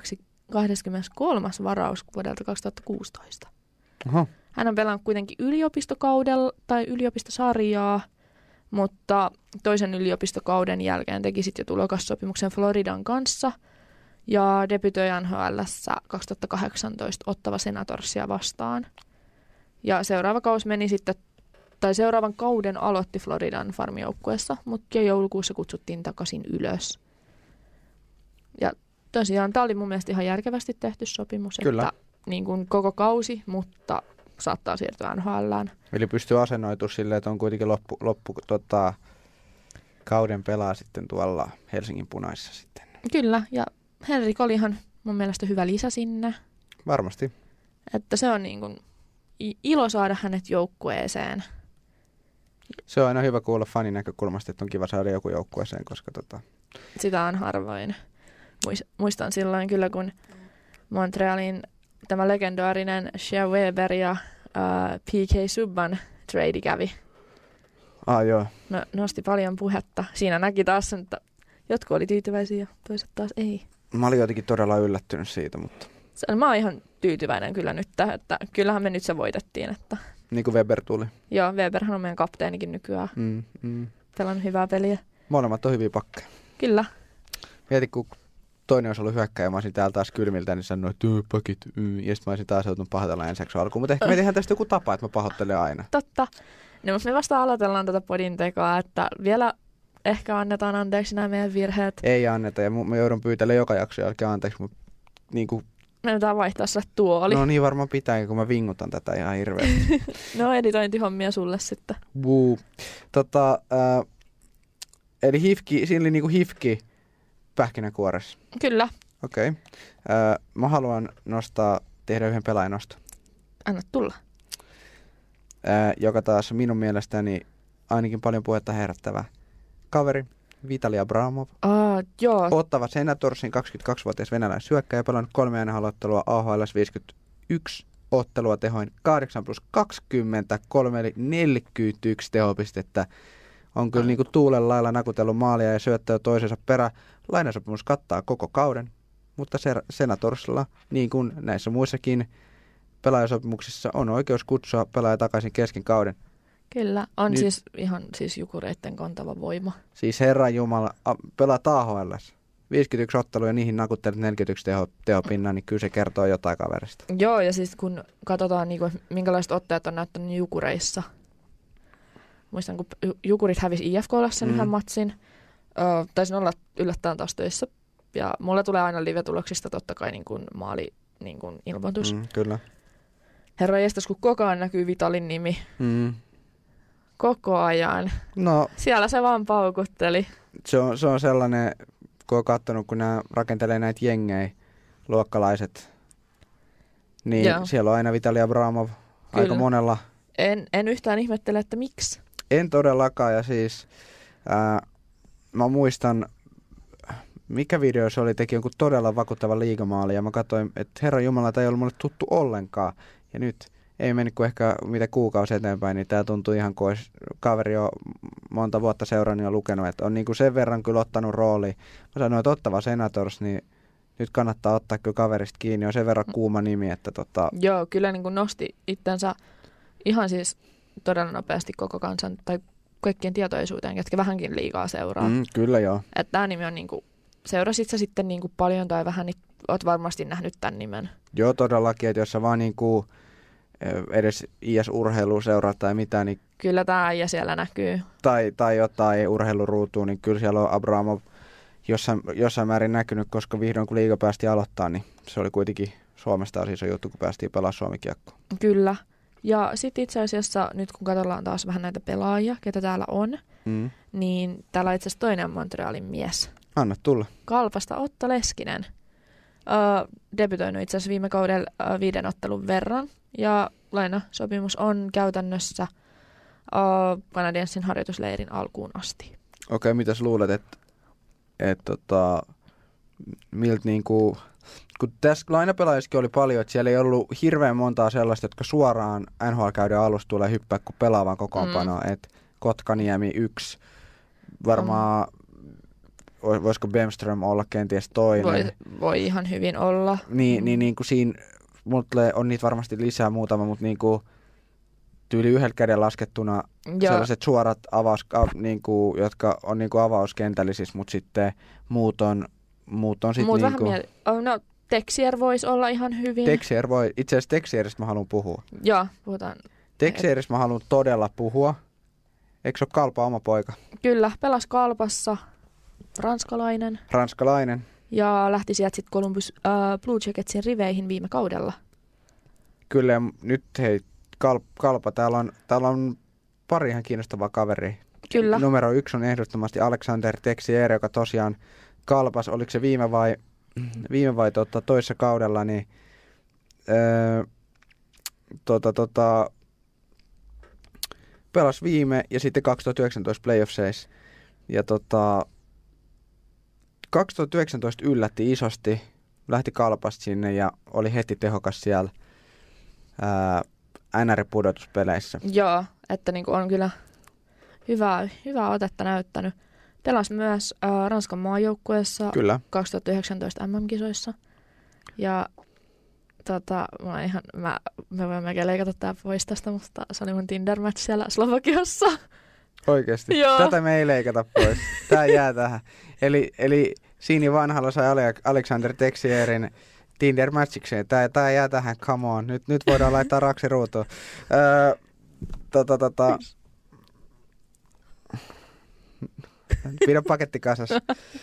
23. varaus vuodelta 2016. Hän on pelannut kuitenkin yliopistokaudella tai yliopistosarjaa, mutta toisen yliopistokauden jälkeen teki sitten jo tulokassopimuksen Floridan kanssa ja debytoi NHL:ssä 2018 Ottawa Senatorsia vastaan. Ja seuraavan kauden aloitti Floridan farmijoukkueessa, mutta jo joulukuussa kutsuttiin takaisin ylös. Ja tosiaan tämä oli mun mielestä ihan järkevästi tehty sopimus, Kyllä. Että niin kuin koko kausi, mutta saattaa siirtyä NHL:ään. Eli pystyy asennoitumaan silleen, että on kuitenkin loppu kauden pelaa sitten tuolla Helsingin Punaisissa sitten. Kyllä, ja Henrik oli ihan mun mielestä hyvä lisä sinne. Varmasti. Että se on niin kuin ilo saada hänet joukkueeseen. Se on aina hyvä kuulla fanin näkökulmasta, että on kiva saada joku joukkueeseen, koska sitä on harvoin. Muistan silloin kyllä, kun Montrealin tämä legendaarinen Shea Weber ja PK Subban trade kävi. Joo. Nosti paljon puhetta. Siinä näki taas, että jotkut oli tyytyväisiä ja toiset taas ei. Mä olin jotenkin todella yllättynyt siitä, mutta mä oon ihan tyytyväinen kyllä nyt, että kyllähän me nyt se voitettiin. Että niin kuin Weber tuli. Joo, Weberhan on meidän kapteenikin nykyään. Pelannut hyvää peliä. Molemmat on hyviä pakkeja. Kyllä. Mieti, kun toinen olisi ollut hyökkäjä, mä olisin täällä taas kylmiltä, niin sanoin, että pakit, ja sitten mä olisin taas joutunut pahoitella enseksi alkuun. Mutta ehkä me tehdään tästä joku tapa, että mä pahoittelen aina. Totta. No, mutta me vasta aloitellaan tätä podin tekoa, että vielä ehkä annetaan anteeksi nämä meidän virheet. Ei anneta, ja mä joudun pyytämään joka jakson jälkeen anteeksi, mutta niinku me pitää vaihtaa sille tuoli. No niin varmaan pitää, kun mä vingutan tätä ihan hirveästi. No editointihommia sulle sitten. Eli siinä oli niinku hifki pähkinänkuoressa. Kyllä. Okei. Mä haluan tehdä yhden pelaajan noston. Anna tulla. Joka taas minun mielestäni ainakin paljon puhetta herättävä kaveri, Vitali Abramov. Joo. Ottava Senatorsin 22-vuotias venäläishyökkäjä pelannut 3 NHL-ottelua AHL:ssä 51 ottelua tehoin 8+20, eli 41 tehopistettä. On kyllä niinku tuulen lailla nakutellut maalia ja syöttöä toisensa perä. Lainasopimus kattaa koko kauden, mutta Senatorsilla, niin kuin näissä muissakin pelaajasopimuksissa, on oikeus kutsua pelaaja takaisin kesken kauden. Kyllä, on nyt, siis Jukureitten kantava voima. Siis Herran Jumala, pelaa AHL:ssä. 51 ottelua ja niihin nakuttelet 41 tehopinnan, niin kyllä se kertoo jotain kaverista. Joo, ja siis kun katsotaan, niin kuin, minkälaiset otteet on näyttänyt Jukureissa. Muistan, kun Jukurit hävisi IFK:lle sen yhden matsin. Taisin olla yllättäen taas töissä. Ja mulle tulee aina live-tuloksista totta kai niin kuin maali niin kuin ilmoitus. Kyllä. Herra jestas, kun koko ajan näkyy Vitalin nimi. Koko ajan. No, siellä se vaan paukutteli. Se on sellainen, kun on katsonut, kun nämä rakentelee näitä jengejä, luokkalaiset, niin joo, siellä on aina Vitali Abramov aika monella. En yhtään ihmettele, että miksi. En todellakaan, ja siis mä muistan, mikä video se oli, teki jonkun todella vakuuttava liigamaali, ja mä katsoin, että Herran Jumala, tämä ei ollut mulle tuttu ollenkaan, ja nyt ei mennyt kuin ehkä mitä kuukausi eteenpäin, niin tämä tuntui ihan kuin olisi kaveri jo monta vuotta seurannut ja lukenut, että on niin kuin sen verran kyllä ottanut rooli. Mä sanoin, että Ottava Senators, niin nyt kannattaa ottaa kyllä kaverista kiinni, on sen verran kuuma nimi, että Joo, kyllä niin kuin nosti itsensä ihan siis todella nopeasti koko kansan tai kaikkien tietoisuuteen, ketkä vähänkin liigaa seuraa. Kyllä joo. Että tämä nimi on niin kuin, seurasit sä sitten niin kuin paljon tai vähän, niin oot varmasti nähnyt tämän nimen. Joo, todellakin, että jos sä vaan niin kuin edes IS-urheilua seuraa tai mitä, niin kyllä tämä äijä siellä näkyy. Tai jotain urheiluruutua, niin kyllä siellä on Abramov jossain määrin näkynyt, koska vihdoin kun liiga päästi aloittaa, niin se oli kuitenkin Suomesta siis on juttu, kun päästiin pelaamaan Suomi-kiekkoa. Kyllä. Ja sitten itse asiassa nyt kun katsotaan taas vähän näitä pelaajia, ketä täällä on, niin täällä on itse asiassa toinen Montrealin mies. Anna tulla. Kalpasta Otto Leskinen. Debytoinut itse asiassa viime kaudella 5 ottelun verran. Ja lainasopimus on käytännössä Canadiensin harjoitusleirin alkuun asti. Okei, mitäs luulet, että miltä niinku, kun tässä lainapelaajissakin oli paljon, että siellä ei ollut hirveän montaa sellaista, jotka suoraan NHL-käydön alusta tulee hyppää, kun pelaavan kokoonpanoa, että Kotkaniemi 1, varmaan voisiko Bemström olla kenties toinen. Voi ihan hyvin olla. Niin kuin siinä, mulle on niitä varmasti lisää muutama, mutta niin kuin tyyli yhdellä kädellä laskettuna sellaiset suorat niinku, jotka on niinku avauskentällisissä, mutta sitten muut on sitten niinku no Texier voisi olla ihan hyvin. Texier voi, itse asiassa Texieristä mä haluan puhua. Joo, puhutaan. Texieristä mä haluan todella puhua. Eikö se ole Kalpa oma poika? Kyllä, pelasi Kalpassa. Ranskalainen. Ja lähti sieltä sitten Columbus Blue Jacketsin riveihin viime kaudella. Kyllä, ja nyt hei, Kalpa, täällä on pari ihan kiinnostavaa kaveria. Kyllä. Numero 1 on ehdottomasti Alexander Texier, joka tosiaan Kalpas, oliko se viime vai toisessa kaudella, niin pelasi viime ja sitten 2019 playoffseissa. Ja 2019 yllätti isosti, lähti Kalpasta sinne ja oli heti tehokas siellä NR-pudotuspeleissä. Joo, että niinku on kyllä hyvää otetta näyttänyt. Pelasi myös Ranskan maajoukkueessa 2019 MM-kisoissa. Ja me voimme melkein leikata tää pois tästä, mutta se oli mun Tinder-match siellä Slovakiassa. Oikeesti? Joo. Tätä me ei leikata pois. Tää jää tähän. Eli Siini Vanhalla sai Alexander Texierin Tinder-matchikseen. Tää jää tähän, come on. Nyt voidaan laittaa raksi ruutuun. Pidä paketti kasassa.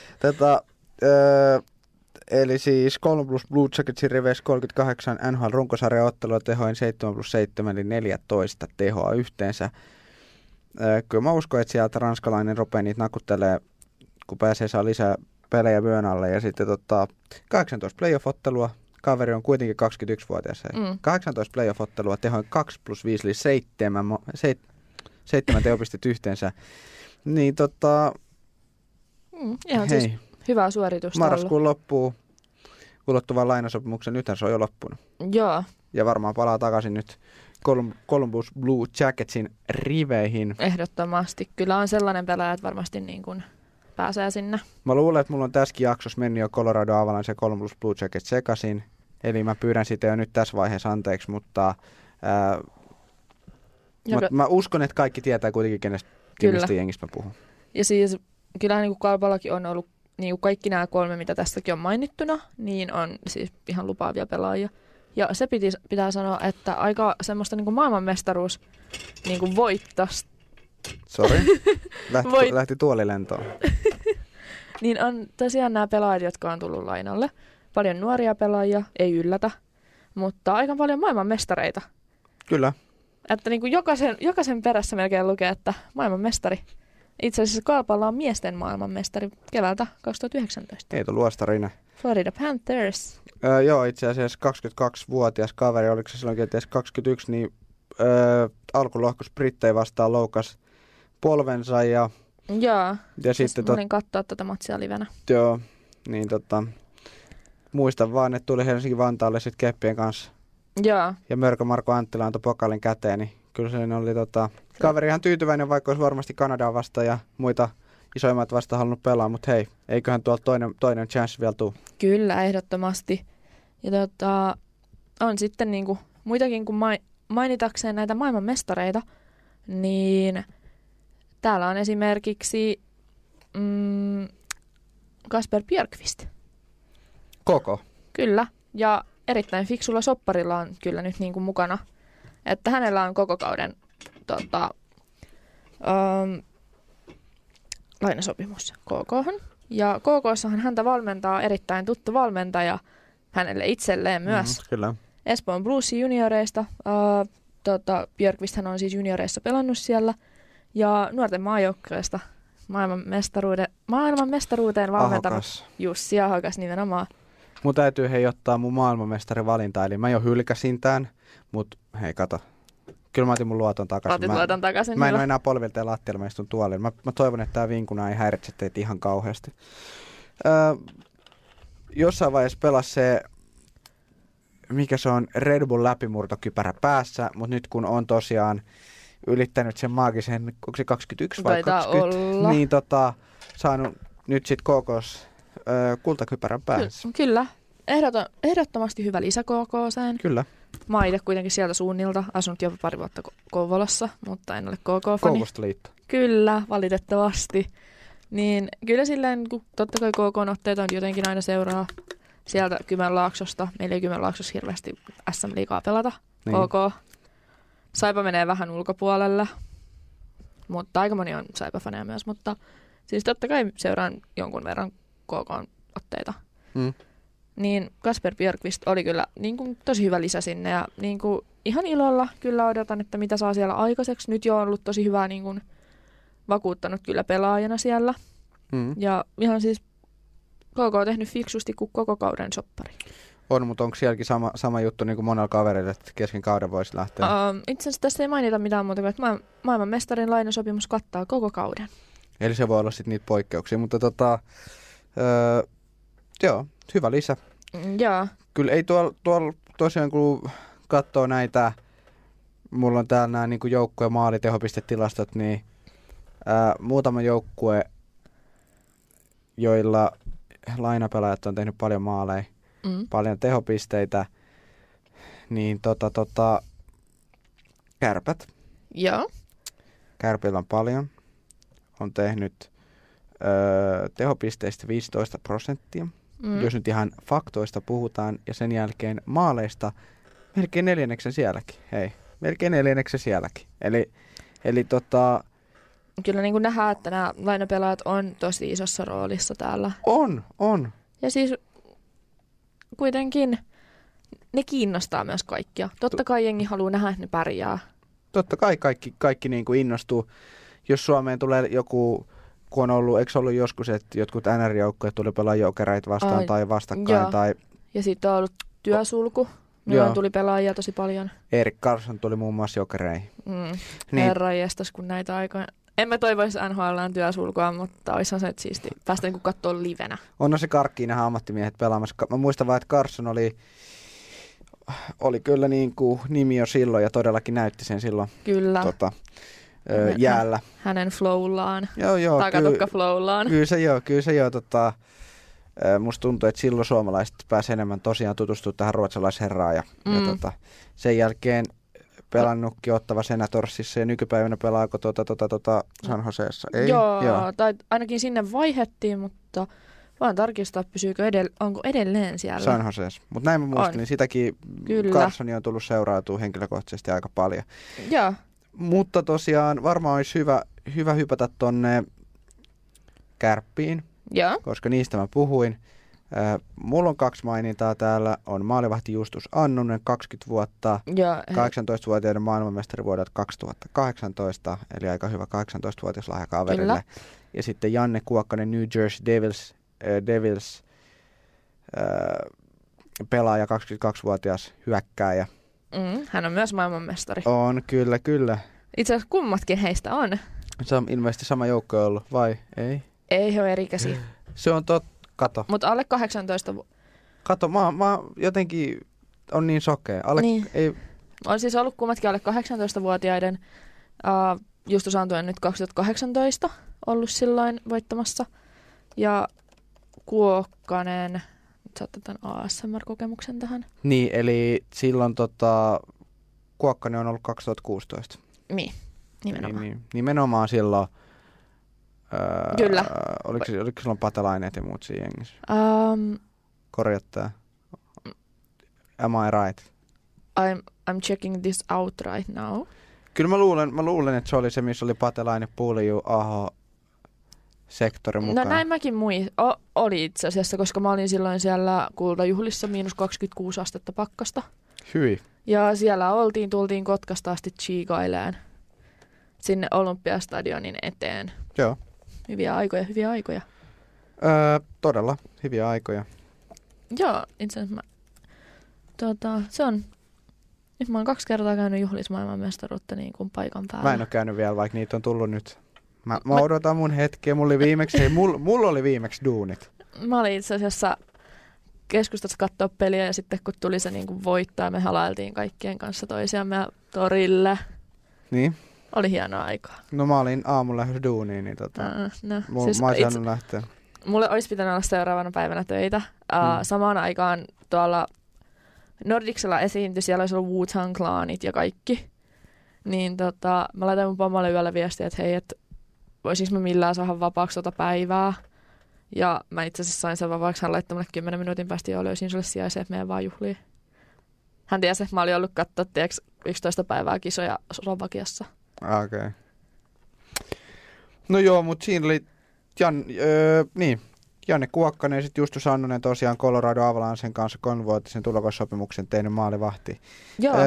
Eli siis Columbus Blue Jacketsin riveissä 38 NHL-runkosarjaottelua tehoin 7+7 eli 14 tehoa yhteensä. Kyllä mä uskon, että sieltä ranskalainen rupeaa niitä nakuttelee, kun pääsee saa lisää pelejä vyön alle. Ja sitten 18 playoff-ottelua. Kaveri on kuitenkin 21-vuotias. 18 playoff-ottelua tehoin 2+5 eli 7 tehopistettä yhteensä. Niin Ihan hei. siis hyvää suoritusta Marraskuun loppuu ulottuvan lainasopimuksen, nythän se on jo loppunut. Joo, Ja varmaan palaa takaisin nyt Columbus Blue Jacketsin riveihin. ehdottomasti. Kyllä on sellainen pelaaja, että varmasti niin kuin pääsee sinne. Mä luulen, että mulla on tässäkin jaksossa mennyt jo Colorado Avalanche ja Columbus Blue Jackets sekaisin. Eli mä pyydän sitä jo nyt tässä vaiheessa anteeksi, mutta mä uskon, että kaikki tietää kuitenkin, mistä jengistä mä puhun. Ja siis kyllähän niin Kalpallakin on ollut niin kuin kaikki nämä 3, mitä tästäkin on mainittuna, niin on siis ihan lupaavia pelaajia. Ja se pitää sanoa, että aika semmoista niin kuin maailmanmestaruus niin kuin voittaisi. Sori, lähti tuolilentoon. Niin on tosiaan nämä pelaajat, jotka on tullut lainalle. Paljon nuoria pelaajia, ei yllätä, mutta aika paljon maailmanmestareita. Kyllä. Että niin kuin jokaisen perässä melkein lukee, että maailmanmestari. Itse asiassa Kalpalla on miesten maailmanmestari keväältä 2019. Ei tullut luostarina. Florida Panthers. Joo, itse asiassa 22-vuotias kaveri, oliko se silloin kenties 21, niin alkulohkos Brittei vastaan loukas polvensa ja sitten olin katsoa tätä matsia livenä. Joo, niin muistan vaan, että tuli Helsinki-Vantaalle sitten keppien kanssa. Joo. Ja Mörkö Marko Anttila antoi pokalin käteen, niin kyllä se oli kaveri ihan tyytyväinen, vaikka olisi varmasti Kanadaa vastaan ja muita isoimmat vasta halunnut pelaa, mutta hei, eiköhän tuolta toinen chance vielä tule. Kyllä, ehdottomasti. Ja on sitten niinku muitakin kuin mainitakseen näitä maailmanmestareita, niin täällä on esimerkiksi Kasper Björkqvist. Koko. Kyllä, ja erittäin fiksulla sopparilla on kyllä nyt niinku mukana, että hänellä on koko kauden lainasopimus KK:hon. Ja KK:ssahan häntä valmentaa erittäin tuttu valmentaja hänelle itselleen myös. Kyllä. Espoon Bluesin junioreista. Björkqvist on siis junioreissa pelannut siellä. Ja nuorten maajoukkueesta maailmanmestaruuteen valmentanut Jussi Ahokas nimenomaan. Mun täytyy ottaa mun maailmanmestarivalinta, eli mä jo hylkäsin tämän, mutta hei kato. Kyllä mä otin mun luoton takaisin. Mä en ole enää polvilta ja lattialla, mä istun tuolilla. Mä toivon, että tää vinkuna ei häiritse teitä ihan kauheasti. Jossain vaiheessa pelasi se, mikä se on, Red Bull läpimurtokypärä päässä, mutta nyt kun on tosiaan ylittänyt sen maagisen, onko se 21 vai 20, olla. Niin saanut nyt sit KK:s kultakypärän päässä. Kyllä, ehdottomasti hyvä lisä KK:seen. Kyllä. Mä oon itse kuitenkin sieltä suunnilta, asunut jopa pari vuotta Kouvolassa, mutta en ole KK-fani. Kouvosta liitto. Kyllä, valitettavasti. Niin kyllä silleen, kun totta kai KK-otteita on jotenkin aina seuraa sieltä Kymenlaaksosta. Meillä ei Kymenlaaksossa hirveästi SM-liigaa pelata. Niin. KK. Saipa menee vähän ulkopuolelle, mutta aika moni on Saipa-faneja myös. Mutta siis totta kai seuraan jonkun verran KK-otteita. Niin Kasper Björkqvist oli kyllä niin kuin tosi hyvä lisä sinne ja niin kuin ihan ilolla kyllä odotan, että mitä saa siellä aikaiseksi. Nyt jo on ollut tosi hyvää niin kuin vakuuttanut kyllä pelaajana siellä. Ja ihan siis KK on tehnyt fiksusti kuin koko kauden soppari. On, mutta onko sielläkin sama juttu niin kuin monella kaverilla, että kesken kauden voisi lähteä? Itse asiassa tässä ei mainita mitään muuta kuin, että maailmanmestarin lainasopimus kattaa koko kauden. Eli se voi olla sitten niitä poikkeuksia, mutta joo, hyvä lisä. Joo. Kyllä ei tuolla tosiaan, kun katsoo näitä, mulla on täällä nämä niin joukkue- ja maalitehopistettilastot, niin muutama joukkue, joilla lainapelaajat on tehnyt paljon maaleja, paljon tehopisteitä, niin Kärpät. Joo. Kärpillä on paljon. On tehnyt tehopisteistä 15%. Jos nyt ihan faktoista puhutaan, ja sen jälkeen maaleista melkein 4. sielläkin. Hei, melkein 4. sielläkin. Eli Kyllä niin kuin nähdään, että nämä lainapelaajat on tosi isossa roolissa täällä. On. Ja siis kuitenkin ne kiinnostaa myös kaikkia. Totta kai jengi haluaa nähdä, että ne pärjää. Totta kai kaikki niin kuin innostuu. Jos Suomeen tulee joku, kun on ollut, eikö ollut joskus, että jotkut NR-joukkoja tuli pelaa jokereita vastaan tai vastakkain. Joo. Ja sitten on ollut työsulku Milloin tuli pelaajia tosi paljon. Erik Karlsson tuli muun muassa Jokereihin. Niin. Herranjestas, kun näitä aikoja. En mä toivoisi NHL:ään työsulkua, mutta olisihan se siisti päästä niinku katsoa livenä. On se karkkiin nähdä ammattimiehet pelaamassa. Mä muistan vaan, että Karlsson oli kyllä niin kuin nimi jo silloin ja todellakin näytti sen silloin Kyllä. Jäällä. Hänen flowllaan. Joo. Takatukka flowllaan. Kyllä se joo. Musta tuntuu, että silloin suomalaiset pääsivät enemmän tosaan tutustumaan tähän ruotsalaisherraan. Ja sen jälkeen pelannutkin Ottava Senatorsissa ja nykypäivänä pelaako San Joseessa? Ei? Joo, tai ainakin sinne vaihettiin, mutta vaan tarkistaa, onko edelleen siellä. San Joseessa. Mutta näin mä muistin, niin sitäkin Karlssoni on tullut seurautua henkilökohtaisesti aika paljon. Joo. Mutta tosiaan varmaan olisi hyvä hypätä tonne Kärppiin, koska niistä mä puhuin. Mulla on 2 mainintaa täällä. On maalivahti Justus Annunen, 20 vuotta, 18-vuotiaiden maailmanmestari vuodelta 2018, eli aika hyvä 18-vuotias lahjakaverille. Kyllä. Ja sitten Janne Kuokkanen, New Jersey Devils pelaaja, 22-vuotias hyökkääjä. Hän on myös maailmanmestari. On, kyllä. Itse asiassa kummatkin heistä on. Se on ilmeisesti sama joukko ollut, vai ei? Ei, he on erikäisiä. Se on kato. Mutta alle 18 Kato, mä jotenkin on niin sokea. Niin. On siis ollut kummatkin alle 18-vuotiaiden. Justus Antunen nyt 2018 ollut silloin voittamassa. Ja Kuokkanen, nyt saatte tämän ASMR-kokemuksen tähän. Niin, eli silloin Kuokkanen on ollut 2016. Niin, nimenomaan. Niin, nimenomaan silloin. Kyllä. Oliko silloin Patalaineet ja muut siinä jengissä? Korjat tää. Am I right? I'm checking this out right now. Kyllä mä luulen, että se oli se, missä oli Patelainen, Pulju, Aho, sektori mukaan. No näin mäkin oli itse asiassa, koska mä olin silloin siellä kultajuhlissa -26 astetta pakkasta. Hyi. Ja siellä tultiin Kotkasta asti chiikaileen sinne Olympiastadionin eteen. Joo. Hyviä aikoja. Todella hyviä aikoja. Joo, itse asiassa se on. Nyt mä oon 2 kertaa käynyt juhlissa maailmanmestaruutta niin kuin paikan päällä. Mä en ole käynyt vielä, vaikka niitä on tullut nyt. Mä odotan mun hetkeä. Mulla oli viimeksi duunit. Mä olin itse asiassa keskustassa katsoa peliä ja sitten kun tuli se niin kuin voittaa, me halailtiin kaikkien kanssa toisiamme torille. Niin? Oli hienoa aikaa. No mä olin aamulla lähdössä duuniin, niin siis mä olisin saanut lähteä. Mulle olisi pitänyt olla seuraavana päivänä töitä. Samaan aikaan tuolla Nordicsella esiintyi, siellä olisi ollut Wu-Tang Clanit ja kaikki. Niin mä laitoin mun pomolle yöllä viestiä, että hei, että voisinko mä millään saada vapaaksi päivää. Ja mä itse asiassa sain sen vapaaksi, hän laittoi mulle 10 minuutin päästä ja löysin sulle sijaisen, että meidän vaan juhliin. Hän tiesi, että mä olin ollut katsoa 11 päivää kisoja Slovakiassa. Okei. No joo, mutta siinä oli Janne Kuokkanen ja sitten Justus Annunen tosiaan Colorado Avalancen kanssa 3-vuotisen tulokassopimuksen tehnyt maalivahti. Joo.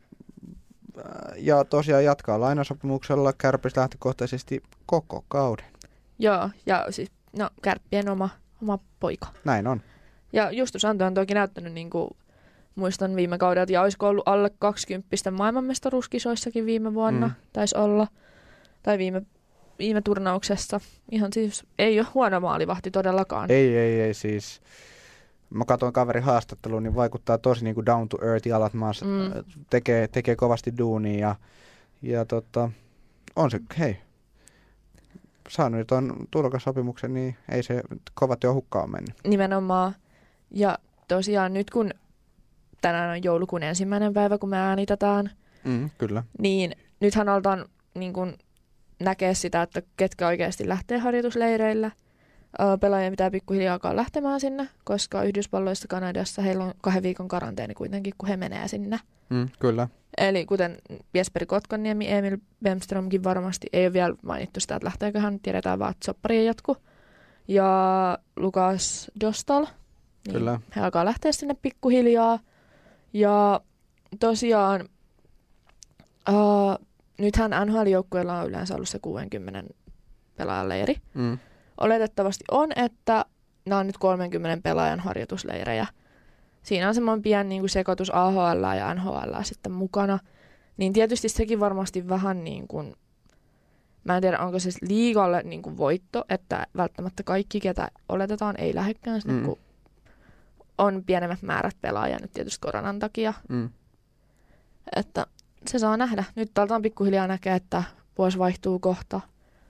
Ja tosiaan jatkaa lainasopimuksella Kärpissä lähtökohtaisesti koko kauden. Joo, ja siis Kärppien oma poika. Näin on. Ja Justus Antunen on toki näyttänyt, niin kuin muistan viime kaudelta, ja olisiko ollut alle 20 maailmanmestaruuskisoissakin viime vuonna, taisi olla, tai viime turnauksessa. Ihan siis ei ole huono maalivahti todellakaan. Ei siis. Mä katsoin kaverin haastatteluun, niin vaikuttaa tosi niin kuin down to earth, jalat maassa, tekee kovasti duunia ja on se, hei, saanut nyt on tulokassopimuksen, niin ei se kovat jo hukkaan mennyt. Nimenomaan. Ja tosiaan nyt kun tänään on joulukuun 1. päivä, kun me äänitetään, kyllä. Niin nythän aletaan niin kun näkee sitä, että ketkä oikeasti lähtee harjoitusleireillä. Pelaajien pitää pikkuhiljaa alkaa lähtemään sinne, koska Yhdysvalloissa Kanadassa heillä on 2 viikon karanteeni kuitenkin, kun he menee sinne. Kyllä. Eli kuten Jesperi Kotkaniemi, Emil Bemströmkin varmasti ei ole vielä mainittu sitä, että lähteekö hän, tiedetään vaan, että sopparien jatku. Ja Lukas Dostal, niin kyllä. He alkaa lähteä sinne pikkuhiljaa. Ja tosiaan nythän NHL-joukkueella on yleensä ollut se 60 pelaajan leiri. Oletettavasti on, että nämä on nyt 30 pelaajan harjoitusleirejä. siinä on semmoinen pieni niin kuin sekoitus AHL ja NHL sitten mukana. Niin tietysti sekin varmasti vähän niin kuin, mä en tiedä onko se liigalle niin kuin voitto, että välttämättä kaikki, ketä oletetaan, ei lähdekään sinne, kun on pienemmät määrät pelaajia nyt tietysti koronan takia. Että se saa nähdä. Nyt aletaan pikkuhiljaa näkee, että vuosi vaihtuu kohta.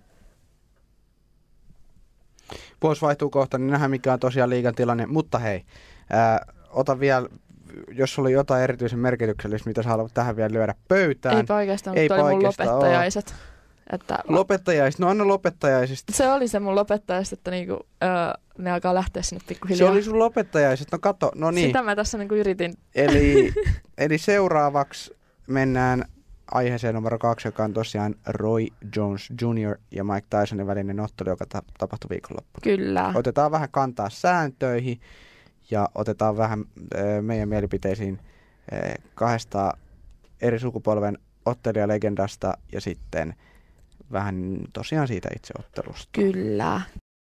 Vuosi vaihtuu kohta, niin nähdään mikä on tosiaan liigan tilanne. Mutta hei, ota vielä, jos oli jotain erityisen merkityksellistä, mitä sä haluat tähän vielä lyödä pöytään. Eipä oikeastaan, mutta oli mun lopettajaiset. Että lopettajaiset, no anna lopettajaisista. Se oli se mun lopettajaiset, että niinku, ne alkaa lähteä sinne pikkuhiljaa. Se oli sun lopettajaiset, no kato, no niin. Sitä mä tässä niinku yritin. Eli seuraavaksi mennään aiheeseen numero 2, joka on tosiaan Roy Jones Jr. ja Mike Tysonin välinen ottelu, joka tapahtui viikonloppuna. Kyllä. Otetaan vähän kantaa sääntöihin ja otetaan vähän meidän mielipiteisiin 2 eri sukupolven ottelijalegendasta ja sitten vähän tosiaan siitä itse ottelusta. Kyllä.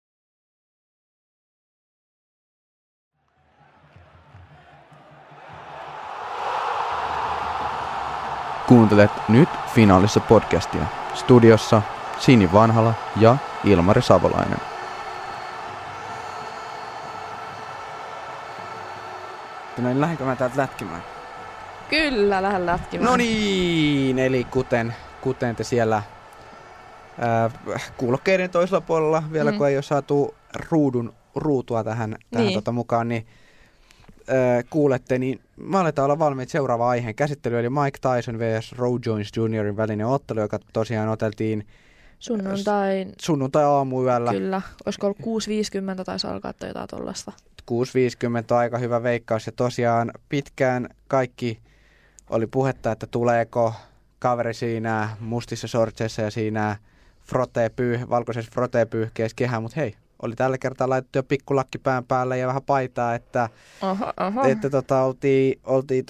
Kuuntelet nyt Finaalissa podcastia. Studiossa Sini Vanhala ja Ilmari Savolainen. No niin, lähdenkö mä täältä lätkimään? Kyllä, lähden lätkimään. No niin, eli kuten te siellä kuulokkeiden toisella puolella, vielä kun ei ole saatu ruutua tähän mukaan, niin kuulette, niin me aletaan olla valmiit seuraava aiheen käsittely, eli Mike Tyson vs. Roy Jones Jr. välinen ottelu, joka tosiaan oteltiin sunnuntai-aamuyöllä. Kyllä, olisiko ollut 6.50 taisi alkaa tai jotain tollaista. 6.50 on aika hyvä veikkaus, ja tosiaan pitkään kaikki oli puhetta, että tuleeko kaveri siinä mustissa shortseissa ja siinä valkoisessa frotee-pyyhkeessä kehään, mutta hei, oli tällä kertaa laitettu jo pikkulakki pään päälle ja vähän paitaa, että oltiin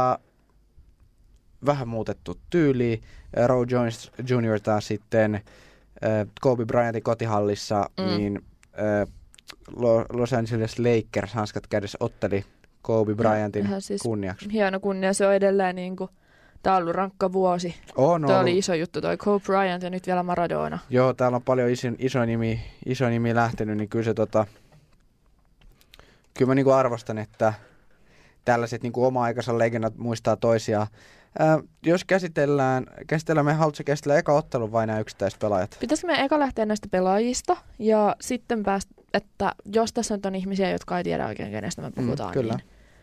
vähän muutettu tyyliä. Roy Jones Jr. taas sitten Kobe Bryantin kotihallissa, niin Los Angeles Lakers hanskat kädessä otteli Kobe Bryantin kunniaksi. Hieno kunnia, se on edelleen niinku, tää on ollut rankka vuosi. Tämä oli iso juttu toi Kobe Bryant ja nyt vielä Maradona. Joo, täällä on paljon iso nimi lähtenyt, niin kyllä se kyllä mä niinku arvostan, että tällaiset niinku oma-aikansa legendat muistaa toisiaan. Jos käsitellään, me haluatko käsitellä eka ottelun vai nämä yksittäiset pelaajat? Pitäisikö me eka lähteä näistä pelaajista ja sitten päästä, että jos tässä nyt on ihmisiä, jotka ei tiedä oikein kenestä me puhutaan, kyllä.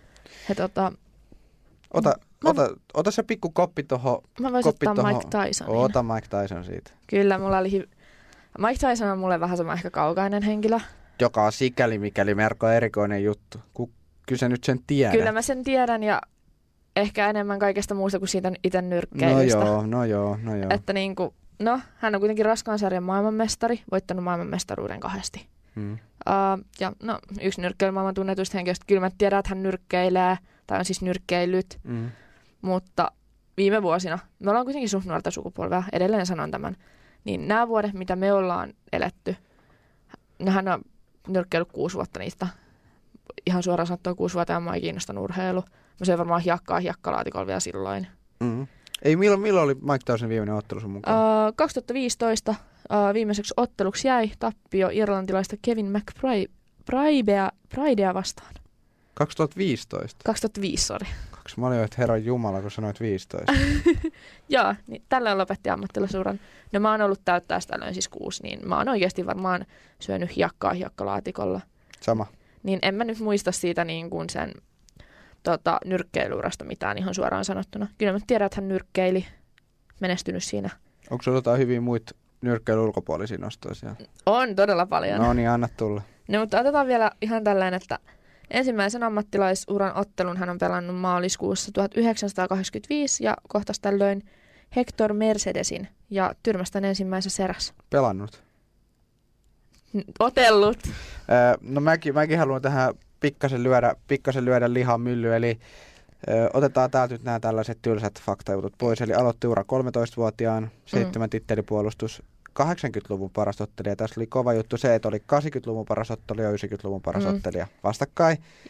Niin Ota se pikku koppi tuohon. Mä voisin ottaa Mike Tysonin. Ota Mike Tyson siitä. Kyllä, Mike Tyson on mulle vähän sama ehkä kaukainen henkilö. Joka on sikäli mikäli melko erikoinen juttu. Kyllä sä nyt sen tiedät. Kyllä mä sen tiedän ja ehkä enemmän kaikesta muusta kuin siitä itse nyrkkeilystä. No joo. Että niinku, hän on kuitenkin raskaan sarjan maailmanmestari, voittanut maailmanmestaruuden 2. Ja yksi nyrkkeilymaailman tunnetuista henkilöistä. Kyllä mä tiedän, että hän nyrkkeilee, tai on siis nyrkkeilyt. Mutta viime vuosina, me ollaan kuitenkin suht nuorta sukupolvea, edelleen sanon tämän, niin nämä vuodet, mitä me ollaan eletty, hän on nyrkkeillyt 6 vuotta niistä. Ihan suoraan sanottuna 6 vuotta ja mä ei kiinnostanut urheilu. Mä söin varmaan hiekkalaatikolla vielä silloin. Ei, milloin oli Mike Tysonin viimeinen ottelu sun mukaan? 2015 viimeiseksi otteluksi jäi tappio irlantilaista Kevin McBridea vastaan. 2015? 2005, sori. Mä olin jo, että herran jumala, kun sanoit 15. Joo, niin tällöin lopetti ammattilaisuran. No mä oon ollut täyttää tällöin siis 6, niin mä oon oikeasti varmaan syönyt hiekkalaatikolla. Sama. Niin en mä nyt muista siitä niin kuin sen nyrkkeilyurasta mitään ihan suoraan sanottuna. Kyllä mä tiedän, että hän nyrkkeili, menestynyt siinä. Onko sulla jotain hyviä muita nyrkkeilyn ulkopuolisia nostoja siellä? On todella paljon. No niin, anna tulla. No mutta otetaan vielä ihan tällainen, että ensimmäisen ammattilaisuran ottelun hän on pelannut maaliskuussa 1985 ja kohtasi tällöin Hector Mercedesin ja tyrmäsi tämän ensimmäisessä erässä. Pelannut? Otellut. No mäkin haluan tähän pikkasen lyödä lihaa myllyyn, eli otetaan täältä nyt nämä tällaiset tylsät faktajutut pois. Eli aloitti ura 13-vuotiaan, 7 tittelipuolustus, 80-luvun paras ottelija. Tässä oli kova juttu se, että oli 80-luvun paras ottelija ja 90-luvun paras ottelija vastakkain. Jep.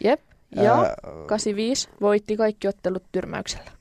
Ja 85 voitti kaikki ottelut tyrmäyksellä.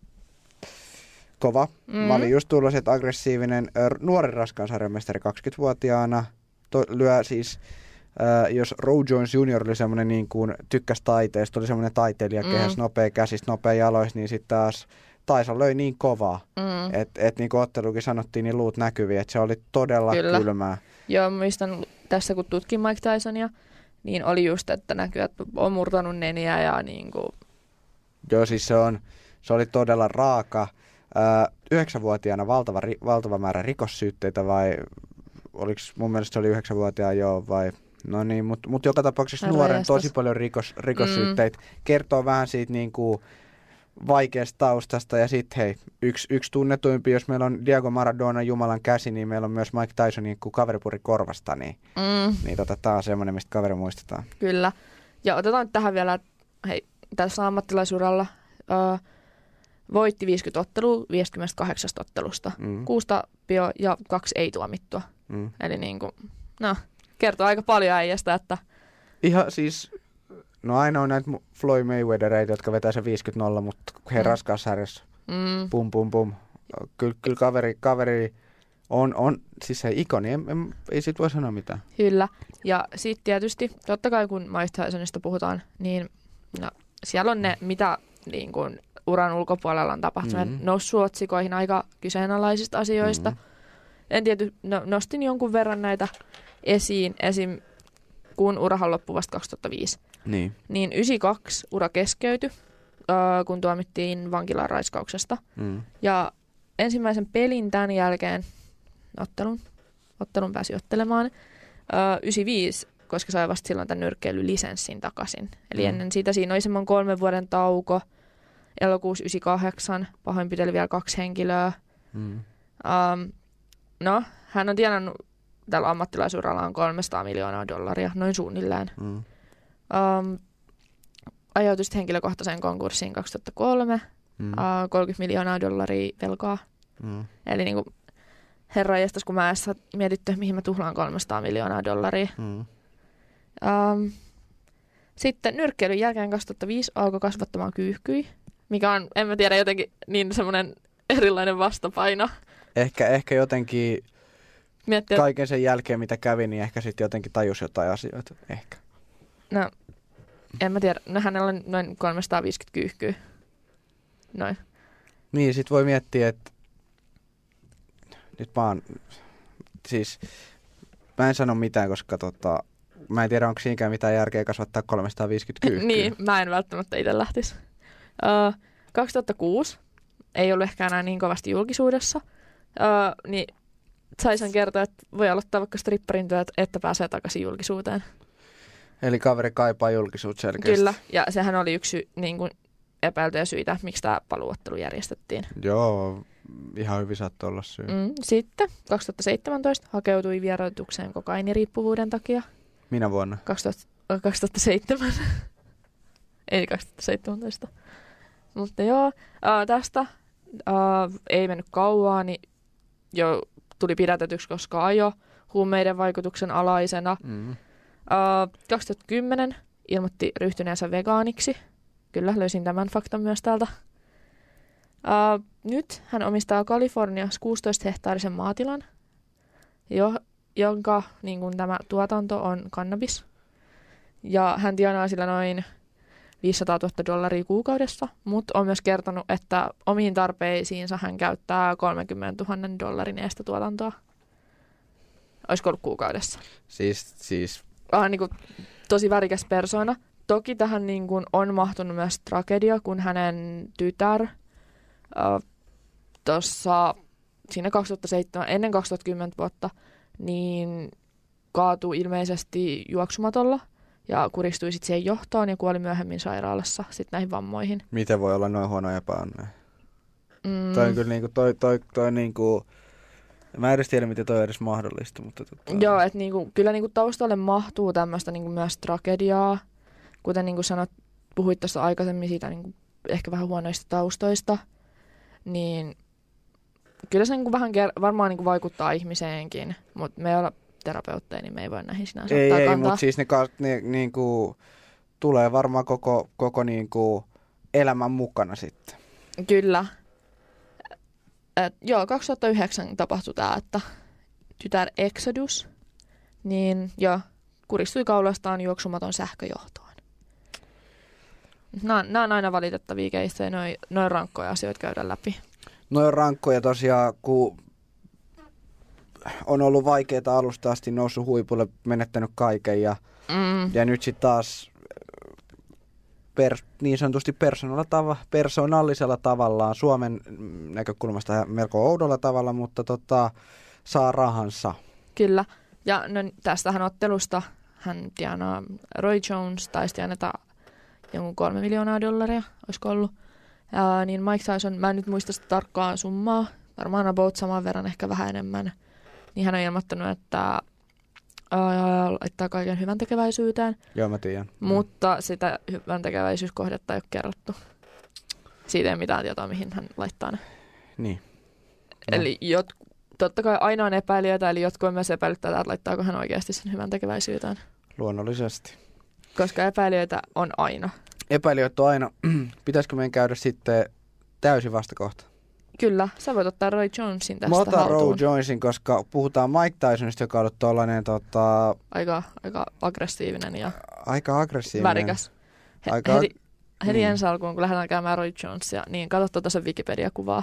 Kova. Mä olin just tullut, että aggressiivinen nuoren raskaan sarjamestari 20-vuotiaana. Lyö siis, jos Roy Jones Jr. oli semmoinen niin kuin tykkäs taiteesta, oli semmoinen taiteilija, kehäs nopea käsistä, nopea jaloista, niin sitten taas Tyson löi niin kovaa, että niin kuin ottelukin sanottiin, niin luut näkyviä, että se oli todella kylmää. Joo, muistan tässä kun tutkin Mike Tysonia, niin oli just, että näkyy, että on murtanut neniä ja niin kuin... Joo, siis se oli todella raaka. 9-vuotiaana valtava määrä rikossyytteitä vai oliko mun mielestä se oli 9-vuotiaan vai no niin, mutta joka tapauksessa nuoren tosi paljon rikossyytteitä. Kertoo vähän siitä niin kuin vaikeasta taustasta ja sitten hei, yksi tunnetuimpi, jos meillä on Diego Maradona Jumalan käsi, niin meillä on myös Mike Tysonin kuin kaveripuri korvasta, niin tämä on semmoinen, mistä kaveri muistetaan. Kyllä. Ja otetaan tähän vielä, hei, tässä ammattilaisuralla voitti 50 ottelua 58 ottelusta. 6 tappio ja 2 ei tuomittua. Eli niin kuin, no, kertoo aika paljon äijästä, että... Ihan siis, no aina on näitä Floyd Mayweathereita, jotka vetää se 50-0, mutta he raskaassa sarjassa. Pum. Kyllä kaveri on siis se ikoni, ei sit voi sanoa mitään. Kyllä, ja sitten tietysti, totta kai kun Mike Tysonista puhutaan, niin no, siellä on ne, mitä niin kuin uran ulkopuolella on tapahtunut. Noussut otsikoihin aika kyseenalaisista asioista. En tiedä, nostin jonkun verran näitä esiin. Esim. Kun urahan loppui vasta 2005. Niin 92 ura keskeytyi, kun tuomittiin vankilaan raiskauksesta. Ja ensimmäisen pelin tämän jälkeen ottelun pääsi ottelemaan 95, koska sai vasta silloin tämän nyrkkeilylisenssin takaisin. Eli ennen sitä siinä oli semmoinen 3 vuoden tauko. Elokuussa 98 pahoinpiteli vielä 2 henkilöä. No, hän on tienannut tällä ammattilaisurallaan $300 miljoonaa, noin suunnilleen. Ajautui sitten henkilökohtaiseen konkurssiin 2003, $30 miljoonaa velkaa. Eli niin kuin, herranjestas, kun mä edes mietitty, mihin mä tuhlaan $300 miljoonaa. Sitten nyrkkeilyn jälkeen 2005 alkoi kasvattamaan kyyhkyi, mikä on, en mä tiedä, jotenkin niin semmoinen erilainen vastapaino. Ehkä jotenkin kaiken sen jälkeen, mitä kävi, niin ehkä sitten jotenkin tajusi jotain asioita. Ehkä. No, en mä tiedä. No, hänellä on noin 350 kyyhkyä. Noin. Niin, sit voi miettiä, että nyt mä en sano mitään, koska mä en tiedä, onko siinäkään mitään järkeä kasvattaa 350 kyyhkyä. Niin, mä en välttämättä itse lähtisi. 2006 ei ollut ehkä enää niin kovasti julkisuudessa, niin Tyson kertoi, että voi aloittaa vaikka stripparin työt, että pääsee takaisin julkisuuteen. Eli kaveri kaipaa julkisuutta selkeästi. Kyllä, ja sehän oli yksi niin kuin epäiltyjä syitä, miksi tämä paluuottelu järjestettiin. Joo, ihan hyvin saattoi olla syy. Sitten 2017 hakeutui vieroitukseen kokainiriippuvuuden takia. Minä vuonna? 2007. Ei 2017. Mutta joo, tästä ei mennyt kauan, niin jo tuli pidätetyksi, koska ajo huumeiden vaikutuksen alaisena. 2010 ilmoitti ryhtyneensä vegaaniksi. Kyllä, löysin tämän faktan myös täältä. Nyt hän omistaa Kaliforniassa 16-hehtaarisen maatilan, jonka niin kuin tämä tuotanto on kannabis. Ja hän tienaa sillä noin $500,000 kuukaudessa, mutta on myös kertonut, että omiin tarpeisiinsa hän käyttää $30,000 eestä tuotantoa. Olisiko ollut kuukaudessa? Siis. Niin kuin, tosi värikäs persoona. Toki tähän niin kuin, on mahtunut myös tragedia, kun hänen tytär tuossa siinä 2007, ennen 2010 vuotta, niin kaatui ilmeisesti juoksumatolla ja kuristui sitten siihen johtoon ja kuoli myöhemmin sairaalassa sitten näihin vammoihin. Miten voi olla noin huono epäonne? Toi on kyllä niinku, toi niinku, mä en edes tiedä, miten toi on edes mahdollista. Mutta Joo, että niinku, kyllä niinku taustalle mahtuu tämmöistä niinku myös tragediaa. Kuten niinku sanot, puhuit tuossa aikaisemmin siitä niinku, ehkä vähän huonoista taustoista, niin kyllä se niinku vähän varmaan niinku vaikuttaa ihmiseenkin, mutta me ei olla terapeutteja, niin me ei voi näihin sinänsä ottaa kantaa. Ei, mutta siis ne niinku, tulee varmaan koko niinku elämän mukana sitten. Kyllä. 2009 tapahtui tämä, että tytär Exodus niin kuristui kaulastaan juoksumaton sähköjohtoon. Nämä on aina valitettavia keissejä, noin rankkoja asioita käydään läpi. Noin rankkoja tosiaan, kun on ollut vaikeaa alusta asti, noussut huipulle, menettänyt kaiken ja nyt sitten taas niin sanotusti persoonallisella tavallaan, Suomen näkökulmasta melko oudolla tavalla, mutta saa rahansa. Kyllä, ja tästähän ottelusta hän tienaa, Roy Jones taisi tienata jonkun $3 miljoonaa, olisiko ollut. Niin Mike Tyson, mä en nyt muista sitä tarkkaa summaa, varmaan about saman verran, ehkä vähän enemmän. Niin hän on ilmoittanut, että laittaa kaiken hyvän tekeväisyyteen. Joo, mä tiedän. Mutta sitä hyvän tekeväisyyskohdetta ei ole kerrottu. Siitä ei ole mitään tietoa, mihin hän laittaa ne. Niin. No. Eli totta kai aina on epäilijöitä, eli jotkut on myös epäilyttää, että laittaako hän oikeasti sen hyvän tekeväisyyteen. Luonnollisesti. Koska epäilijöitä on aina. Epäilijöitä on aina. Pitäisikö meidän käydä sitten täysin vastakohta? Kyllä, sä voit ottaa Roy Jonesin tästä haltuun. Mä otan haltuun. Roy Jonesin, koska puhutaan Mike Tysonista, joka on ollut tollainen aika aggressiivinen ja aika aggressiivinen. värikäs. Heti ensi alkuun, kun lähdetään käymään Roy Jonesia, niin katso tuota sen Wikipedia-kuvaa.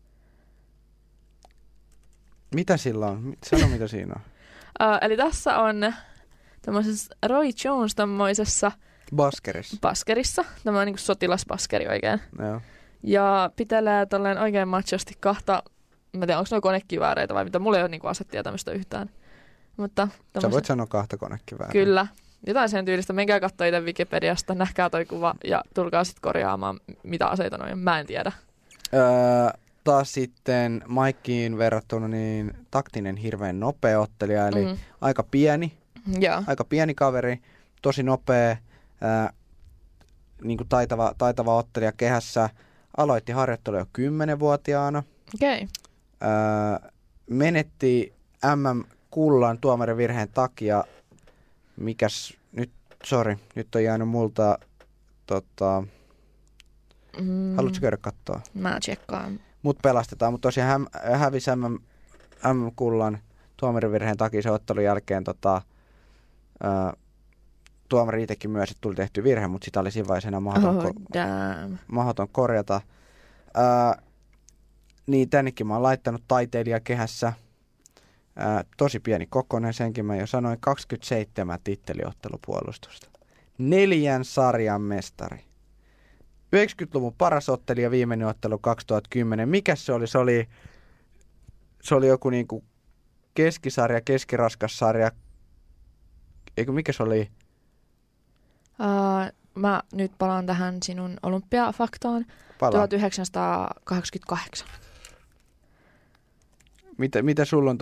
Mitä sillä on? Sano, mitä siinä on. Eli tässä on tämmöisessä Roy Jones tämmöisessä baskerissa. Tämä on niin kuin sotilasbaskeri oikein. Joo. Ja pitelee tolleen oikein machosti kahta, mä tiedän, onko ne konekivääreitä vai mitä, mulla ei ole niin asetietämystä yhtään. Mutta sä voit sanoa 2 konekivääreitä. Kyllä. Jotain sen tyylistä. Menkää katsoa itse Wikipediasta, nähkää toi kuva ja tulkaa sitten korjaamaan, mitä aseita noin. Mä en tiedä. Taas sitten Mikeen verrattuna niin taktinen hirveän nopea ottelija, eli aika pieni. Yeah. Aika pieni kaveri, tosi nopea, niin kuin taitava ottelija kehässä. Aloitti harjoittelu jo 10-vuotiaana. Okay. Menetti MM-kullan tuomarin virheen takia. Nyt on jäänyt multa, haluatko käydä katsoa? Mä tsekkaan. Mut pelastetaan, mutta tosiaan hävisi MM-kullan tuomarin virheen takia se ottelun jälkeen tuomari itsekin myös, että tuli tehty virhe, mutta sitä oli siinä vaiheessa mahdoton korjata. Niin tännekin mä oon laittanut taiteilija kehässä. Tosi pieni kokoinen, senkin mä jo sanoin. 27 titteliottelupuolustusta. 4 sarjan mestari. 90-luvun paras ottelija, viimeinen ottelu 2010. Mikäs se oli? Se oli joku niinku keskisarja, keskiraskas sarja. Eikö mikä se oli? Mä nyt palaan tähän sinun olympiafaktaan. 1988. Mitä sulla on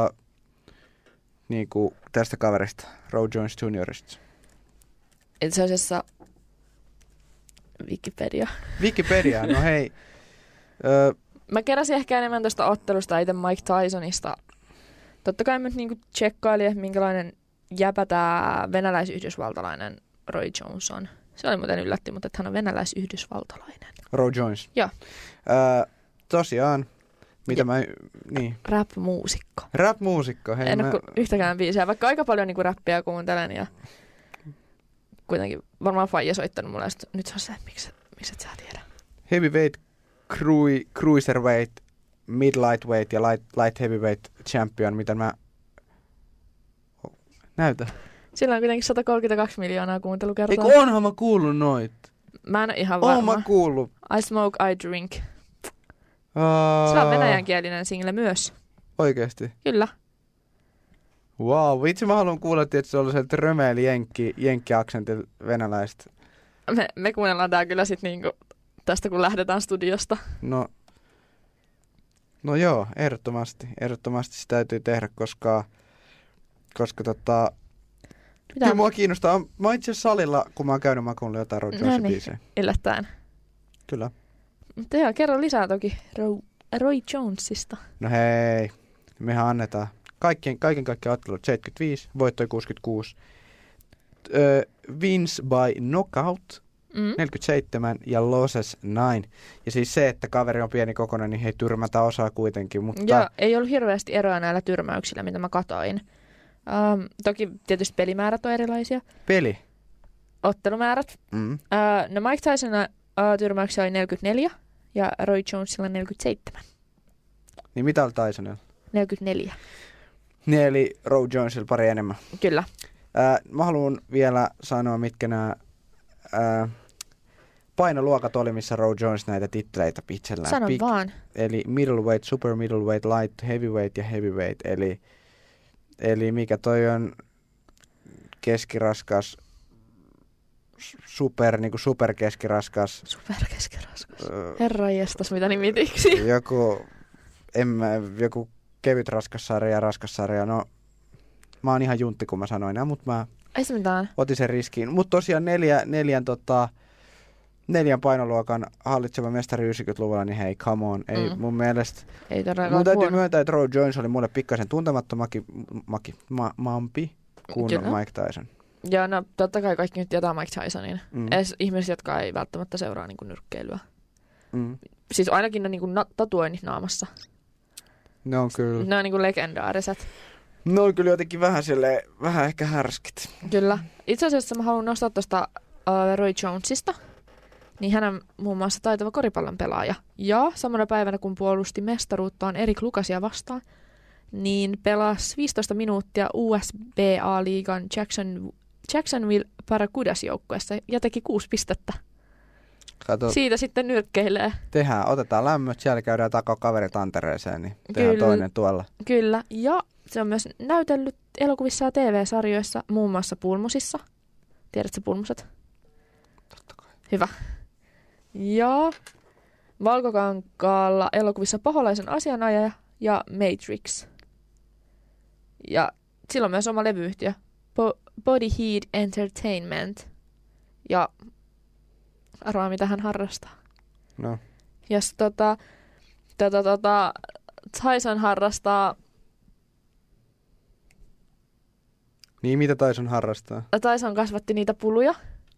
niinku tästä kaverista, Roy Jones Juniorista? Itse asiassa Wikipedia, no hei. Mä keräsin ehkä enemmän tästä ottelusta itse Mike Tysonista. Totta kai mä niinku tsekkailin, että minkälainen jäpä tää venäläis-yhdysvaltalainen Roy Jones on. Se oli muuten yllätti, mutta että hän on venäläis-yhdysvaltalainen. Roy Jones? Joo. Tosiaan. Niin. Rap-muusikko. Hei, en ole yhtäkään biisiä, vaikka aika paljon niinku räppiä kuuntelen ja kuitenkin varmaan faija soittanut mulle, että nyt se on se, miksi et sä tiedä. Heavyweight, cruiserweight, mid-lightweight ja light heavyweight champion, mitä mä näytän. Sillä on kuitenkin 132 miljoonaa kuuntelukertaa. Eikö onhan mä kuullut noit? Mä en ole ihan varma. Oon mä kuullut. I smoke, I drink. Se on venäjänkielinen single myös. Oikeesti? Kyllä. Wow, vitsi mä haluan kuulla, että se on se römeeli jenkki-aksentti venäläistä. Me kuunnellaan tää kyllä sit niinku tästä kun lähdetään studiosta. No joo, ehdottomasti se täytyy tehdä, koska kyllä mua kiinnostaa. Mä itse asiassa salilla, kun mä oon käynyt, mä kuunnellut jotain Roy Jonesin biisejä. Yllättäen. Kyllä. Mutta joo, kerro lisää toki Roy Jonesista. No hei, mehän annetaan kaiken kaikkiaan ottelut 75, voittoi 66. wins by knockout 47 ja losses 9. Ja siis se, että kaveri on pieni kokoinen, niin he tyrmätä osaa kuitenkin. Mutta... Ja ei ollut hirveästi eroa näillä tyrmäyksillä, mitä mä katoin. Toki tietysti pelimäärät on erilaisia. Peli? Ottelumäärät. No Mike Tysonilla tyrmäyksiä oli 44 ja Roy Jonesilla 47. Niin mitä oli Tysonilla? 44. Niin eli Roy Jonesilla pari enemmän. Kyllä. Mä haluan vielä sanoa, mitkä nämä painoluokat oli, missä Roy Jones näitä titteleitä pitsellään. Sano vaan. Eli middleweight, super middleweight, light, heavyweight ja heavyweight. Eli mikä toi on keskiraskas, niinku superkeskiraskas. Superkeskiraskas. Herranjestas, mitä nimitiksi. Joku kevyt raskassarja. No, mä oon ihan juntti, kun mä sanoin nämä, mutta mä otin sen riskiin. Mutta tosiaan neljän painoluokan hallitseva mestari 90-luvulla, niin hei, come on. Ei mun mielestä. Ei mun täytyy myöntää, että Roy Jones oli mulle pikkasen tuntemattomampi kuin Kyllä. Mike Tyson. Ja no totta kai kaikki nyt tietää Mike Tysonin. Edes ihmiset, jotka ei välttämättä seuraa niin kuin nyrkkeilyä. Siis ainakin ne niin kuin tatuoinnit naamassa. Ne on kyllä. Ne on niin kuin legendaariset. Ne on kyllä jotenkin vähän ehkä härskit. Kyllä. Itse asiassa mä haluan nostaa tuosta Roy Jonesista. Niin hän on muun muassa taitava koripallon pelaaja. Ja samana päivänä, kun puolusti mestaruuttaan Erik Lucasia vastaan, niin pelasi 15 minuuttia USBA-liigan Jacksonville Barracudas joukkueessa ja teki 6 pistettä. Kato, siitä sitten nyrkkeilee. Otetaan lämmöt, siellä käydään takaa kaveri tantereeseen, niin tehdään toinen tuolla. Kyllä, ja se on myös näytellyt elokuvissa ja TV-sarjoissa, muun muassa Pulmusissa. Tiedätkö Pulmuset? Totta kai. Hyvä. Ja Valkokankaalla elokuvissa Paholaisen asianajaja ja Matrix. Ja sillä on myös oma levyyhtiö, Body Heat Entertainment. Ja arvaa, mitä hän harrastaa. No. Ja Tyson harrastaa... Niin, mitä Tyson harrastaa? Tyson kasvatti niitä puluja.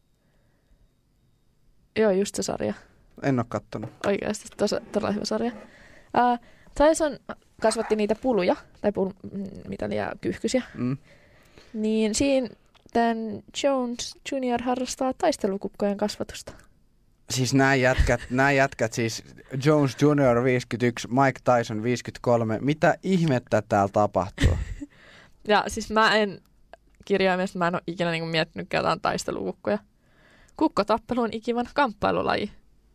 Joo, just se sarja. En oo kattonut. Oikeasti, todella hyvä sarja. Tyson kasvatti niitä puluja, tai mitä liian kyyhkysiä. Niin siinä Jones Jr. harrastaa taistelukukkojen kasvatusta. Siis nämä jätkät, siis Jones Jr. 51, Mike Tyson 53. Mitä ihmettä täällä tapahtuu? Ja siis mä en ole ikinä niinku miettinyt jotain taistelukukkoja. Kukkotappelu on ikivan kamppailulaji.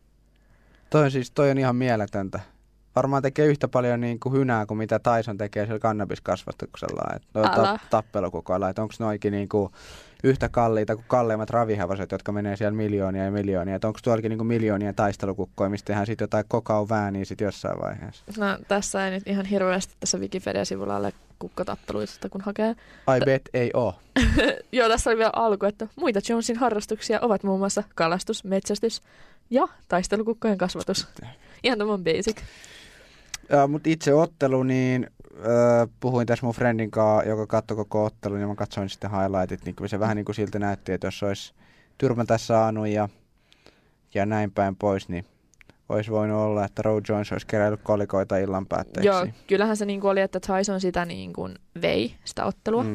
Toi on ihan mieletöntä. Varmaan tekee yhtä paljon niin kuin hynää kuin mitä Tyson tekee sillä kannabiskasvatuksella. Tappelukukoilla. Onko ne oikein niin kuin yhtä kalliita kuin kalleimmat ravihevoset, jotka menee siellä miljoonia ja miljoonia. Onko tuollakin niin kuin miljoonia taistelukukkoja, mistä tehdään sitten jotain kokauvääniä sitten jossain vaiheessa? No tässä ei nyt ihan hirveästi tässä Wikipedia-sivulla ole kukkotappeluista, kun hakee. I bet ei oo. Joo, tässä oli vielä alku, että muita Jonesin harrastuksia ovat muun muassa kalastus, metsästys ja taistelukukkojen kasvatus. Ihan tämän basic. Mutta itse ottelu, niin puhuin tässä mun friendin kanssa, joka katsoi koko ottelun, ja mä katsoin sitten highlightit, niin se vähän niin kuin siltä näytti, että jos olisi tyrmätä saanut ja näin päin pois, niin olisi voinut olla, että Roy Jones olisi keräillyt kolikoita illan päätteeksi. Joo, kyllähän se niin kuin oli, että Tyson sitä niin kuin vei, sitä ottelua,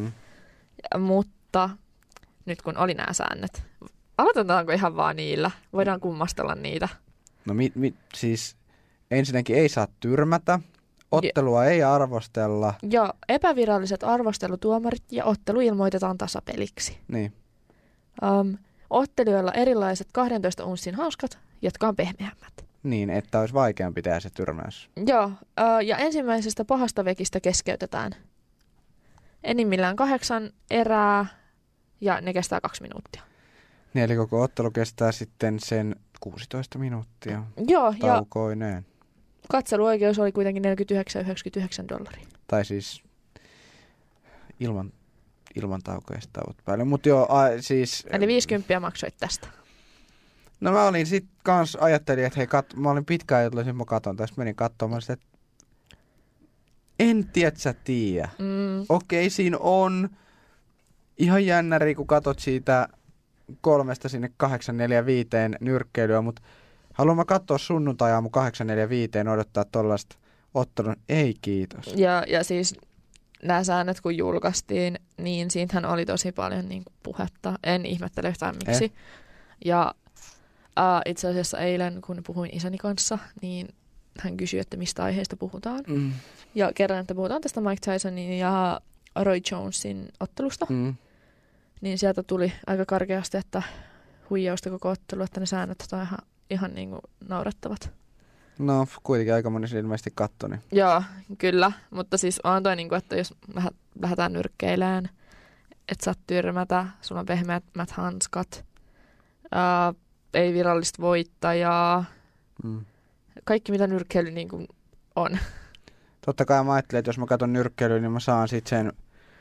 mutta nyt kun oli nämä säännöt, aloitetaanko ihan vaan niillä? Voidaan kummastella niitä. No siis ensinnäkin ei saa tyrmätä, ottelua ei arvostella. Ja epäviralliset arvostelutuomarit ja ottelu ilmoitetaan tasapeliksi. Niin. Ottelijoilla erilaiset 12 unssin hanskat, jotka on pehmeämmät. Niin, että olisi vaikeampi tehdä se tyrmäys. Joo, ja ensimmäisestä pahasta vekistä keskeytetään enimmillään 8 erää ja ne kestää 2 minuuttia. Niin, eli koko ottelu kestää sitten sen 16 minuuttia. Joo, taukoineen. Ja katseluoikeus oli kuitenkin $49.99. Tai siis ilman taukoja tauot päälle. Mut joo, siis... Eli 50 maksoit tästä. No mä olin sit kans, ajattelin, että hei, mä olin pitkään ajatellut, mä katon tästä, menin katsomaan sitä, että en tiedä. Okei, siinä on ihan jännäri, kun katot siitä 3 sinne 8.45 nyrkkeilyä, mutta haluan mä katsoa sunnuntai-aamu 8.45 odottaa tollaista ottelun. Ei kiitos. Ja siis nämä säännöt kun julkaistiin, niin siitähän oli tosi paljon niin kuin puhetta. En ihmettele yhtään miksi. Ja itse asiassa eilen, kun puhuin isäni kanssa, niin hän kysyi, että mistä aiheesta puhutaan. Ja kerran, että puhutaan tästä Mike Tysonin ja Roy Jonesin ottelusta. Niin sieltä tuli aika karkeasti, että huijausta koko ottelu, että ne säännöt on ihan niin kuin naurettavat. No, kuitenkin aika moni ilmeisesti katsoi. Niin. Joo, kyllä. Mutta siis on toi, niin kuin, että jos lähdetään nyrkkeilemään, että saat tyrmätä, sulla on pehmeät hanskat, ei virallista voittajaa, kaikki mitä nyrkkeily niin kuin on. Totta kai mä ajattelin, että jos mä katson nyrkkeilyä, niin mä saan sitten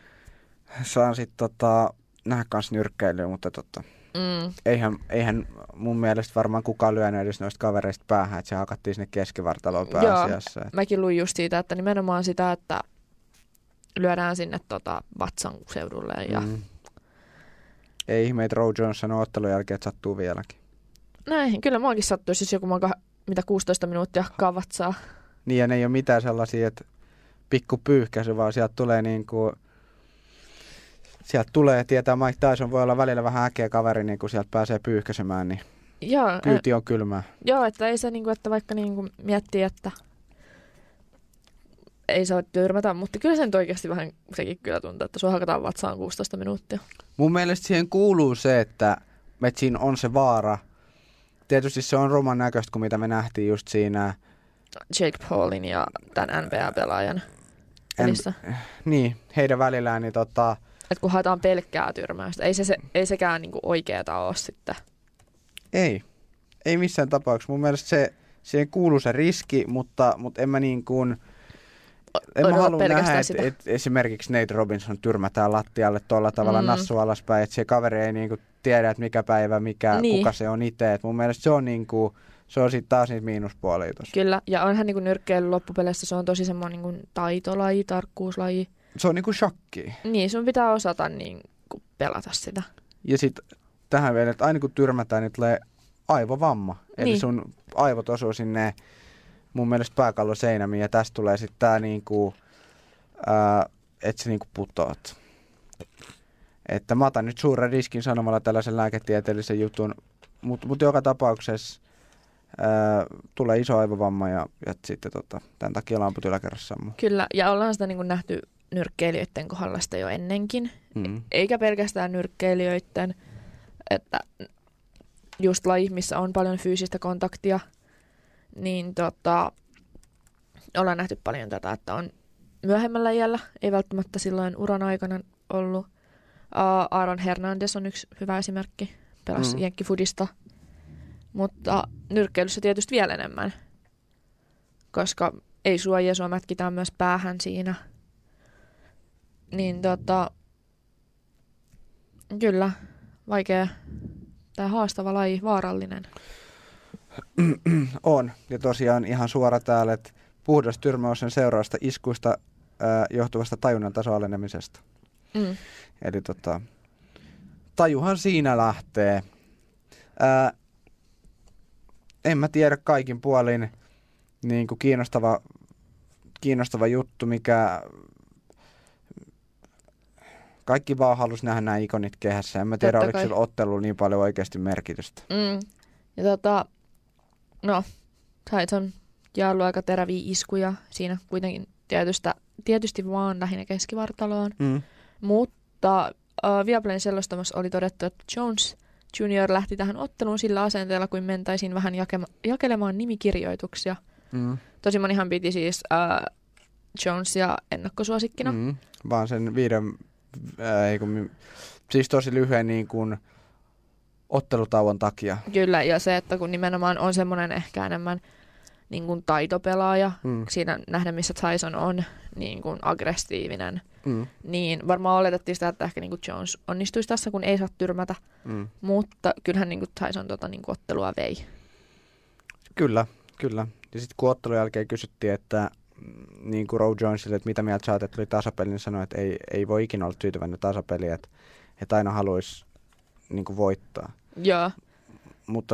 nähdä kans nyrkkeilyä, mutta eihän mun mielestä varmaan kukaan lyönyt edes noista kavereista päähän, että se hakattiin sinne keskivartaloon pääasiassa. Joo, mäkin luin just siitä, että nimenomaan sitä, että lyödään sinne vatsan seudulle. Ja... Ei ihme, että Roy Jones sanoo ottelun jälkeen, että sattuu vieläkin. Näin, kyllä muakin sattuu, siis joku 16 minuuttia hakkaa vatsaa. Niin, ja ne ei ole mitään sellaisia, että pikku pyyhkäisy, vaan sieltä tulee niinku... Sieltä tulee, tietää Mike Tyson voi olla välillä vähän äkeä kaveri, niin kun sieltä pääsee pyyhkäsemään, niin kyyti on kylmää. Joo, että ei se, niinku, että vaikka niinku miettii, että ei saa tyrmätä, mutta kyllä se nyt oikeasti vähän sekin kyllä tuntuu, että sua hakataan vatsaan 16 minuuttia. Mun mielestä siihen kuuluu se, että siinä on se vaara. Tietysti se on roman näköistä, kuin mitä me nähtiin just siinä Jake Paulin ja tämän NBA-pelaajan välissä. Niin, heidän välillään, niin että kun haetaan pelkkää tyrmäystä. Ei sekään niinku oikeeta ole sitten. Ei missään tapauksessa. Mun mielestä siihen kuuluu se riski, mutta en mä niin kuin... En mä halua nähdä, että esimerkiksi Nate Robinson tyrmätään lattialle tuolla tavalla nassu alaspäin, että se kaveri ei niinku tiedä, että mikä päivä, kuka se on itse. Mun mielestä se on niinku... Se on sitten taas niitä miinuspuolia tossa. Kyllä, ja onhan niinku nyrkkeily loppupeleissä, se on tosi semmoinen niinku taitolaji, tarkkuuslaji. Se on niinku shakki. Niin, sun pitää osata niinku pelata sitä. Ja sitten tähän vielä, että aina kun tyrmätään, niin tulee aivovamma. Eli sun aivot osuu sinne mun mielestä pääkallon seinämiin, ja tästä tulee sitten tää niinku, että sä niinku putoat. Että mä otan nyt suuren riskin sanomalla tällaisen lääketieteellisen jutun, mutta joka tapauksessa tulee iso aivovamma ja sitten tämän takia lamput yläkerrassa sammuu. Kyllä, ja ollaan sitä niin kuin nähty nyrkkeilijöiden kohdalla sitä jo ennenkin. Eikä pelkästään nyrkkeilijöiden, että just laji, missä on paljon fyysistä kontaktia, niin ollaan nähty paljon tätä, että on myöhemmällä iällä, ei välttämättä silloin uran aikana ollut. Aaron Hernandez on yksi hyvä esimerkki, pelasi jenkkifudista. Mutta nyrkkeilyssä tietysti vielä enemmän, koska ei suojia, sua mätkitään myös päähän siinä. Niin kyllä, vaikea tai haastava laji, vaarallinen. On, ja tosiaan ihan suora täällä, että puhdas tyrmäys on seuraavasta iskuista johtuvasta tajunnan tasoalenemisesta. Eli tajuhan siinä lähtee. En mä tiedä kaikin puolin niin kuin kiinnostava juttu, mikä kaikki vaan halusi nähdä nämä ikonit kehässä. En mä tiedä, oliko sillä ottelulla niin paljon oikeasti merkitystä. Ja no, Tyson jaallut aika teräviä iskuja siinä kuitenkin tietysti vaan lähinnä keskivartaloon. Mutta Viaplayn selostamassa oli todettu, että Jones Junior lähti tähän otteluun sillä asenteella, kuin mentäisiin vähän jakelemaan nimikirjoituksia. Tosi monihan piti siis Jonesia ennakkosuosikkina. Vaan sen siis tosi lyhyen niin kuin ottelutauon takia. Kyllä, ja se, että kun nimenomaan on semmoinen ehkä enemmän niin kuin taitopelaaja, siinä nähdä missä Tyson on niin kuin aggressiivinen, niin varmaan oletettiin sitä, että ehkä niin kuin Jones onnistuisi tässä, kun ei saa tyrmätä, mutta kyllähän niin kuin Tyson niin kuin ottelua vei. Kyllä. Ja sitten kun ottelun jälkeen kysyttiin, että niin kuin Roy Jonesille, että mitä mieltä sä oot, että oli tasapeli, niin sanoi, että ei voi ikinä olla tyytyväinen tasapeliin, että että aina haluaisi niin kuin voittaa. Joo. Mutta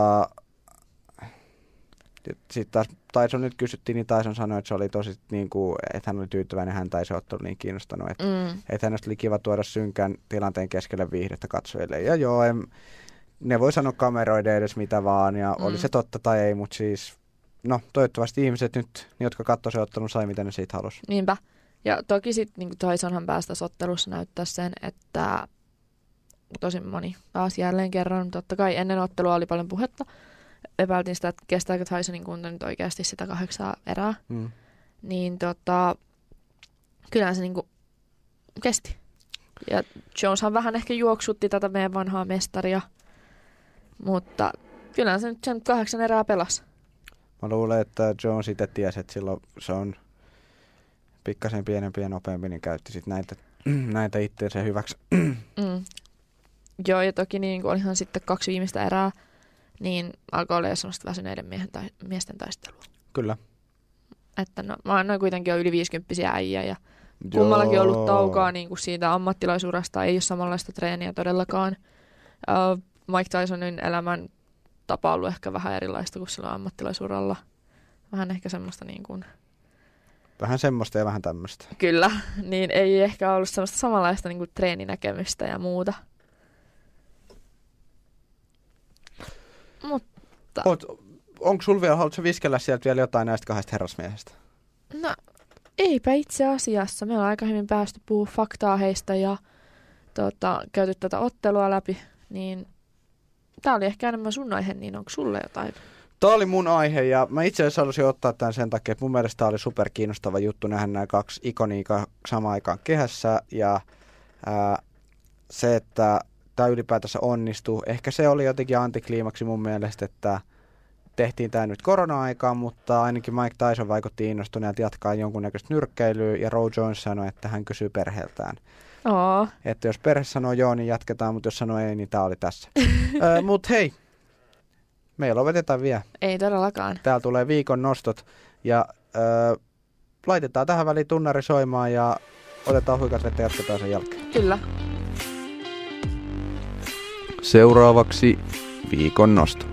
sitten taas Tyson nyt kysyttiin, niin Tyson sanoi, että se oli tosi, niin kuin, että hän oli tyytyväinen, häntä ei se ottelu niin kiinnostanut. Että hänestä oli kiva tuoda synkän tilanteen keskelle viihdettä katsojille. Ja joo, ne voi sanoa kameroiden edes mitä vaan, ja oli se totta tai ei, mutta siis, no toivottavasti ihmiset nyt, jotka katsoi se ottelun, sai mitä ne siitä halusi. Niinpä. Ja toki sitten niin Tysonhan pääsi tässä ottelussa näyttää sen, että tosi moni taas jälleen kerran, totta kai ennen ottelua oli paljon puhetta. Epäiltiin sitä, että kestääkö Tysonin kunto nyt oikeasti sitä 8 erää. Niin kyllähän se niinku kesti. Ja Joneshan vähän ehkä juoksutti tätä meidän vanhaa mestaria. Mutta kyllähän se nyt sen 8 erää pelasi. Mä luulen, että Jones itse tiesi, että silloin se on pikkasen pienempi ja nopeampi, niin käytti sit näitä itseensä hyväksi. Joo, ja toki niin olihan sitten 2 viimeistä erää, niin alkoi olla jo semmoista väsyneiden miesten taistelua. Kyllä. Että no, mä annoin kuitenkin jo yli 50 äijä ja kummallakin on ollut taukoa niin kuin siitä ammattilaisuudesta, ei ole samanlaista treeniä todellakaan. Mike Tysonin elämän tapa on ollut ehkä vähän erilaista kuin silloin ammattilaisuralla. Vähän ehkä semmoista niin kuin... Vähän semmoista ja vähän tämmöistä. Kyllä, niin ei ehkä ollut semmoista samanlaista niin kuin treeninäkemystä ja muuta. Mutta... Onko sulla vielä, haluatko viskellä sieltä vielä jotain näistä 2 herrasmiehestä? No, eipä itse asiassa. Me ollaan aika hyvin päästy puhua faktaa heistä ja käyty tätä ottelua läpi. Niin tää oli ehkä enemmän sun aihe, niin onko sulle jotain? Tämä oli mun aihe ja mä itse asiassa halusin ottaa tämän sen takia, että mun mielestä tämä oli super kiinnostava juttu nähdä nämä 2 ikoniikaa samaan aikaan kehässä ja se, että tämä ylipäätänsä onnistuu. Ehkä se oli jotenkin antikliimaksi mun mielestä, että tehtiin tämä nyt korona-aikaan, mutta ainakin Mike Tyson vaikutti innostuneelta jatkaa jonkunnäköistä nyrkkeilyä ja Roy Jones sanoi, että hän kysyy perheeltään. Että jos perhe sanoo joo, niin jatketaan, mutta jos sanoo ei, niin tämä oli tässä. Mutta hei, me ei lopeteta vielä. Ei todellakaan. Täällä tulee viikon nostot ja laitetaan tähän väliin tunnari soimaan ja otetaan huikat vettä ja jatketaan sen jälkeen. Kyllä. Seuraavaksi viikon nosto.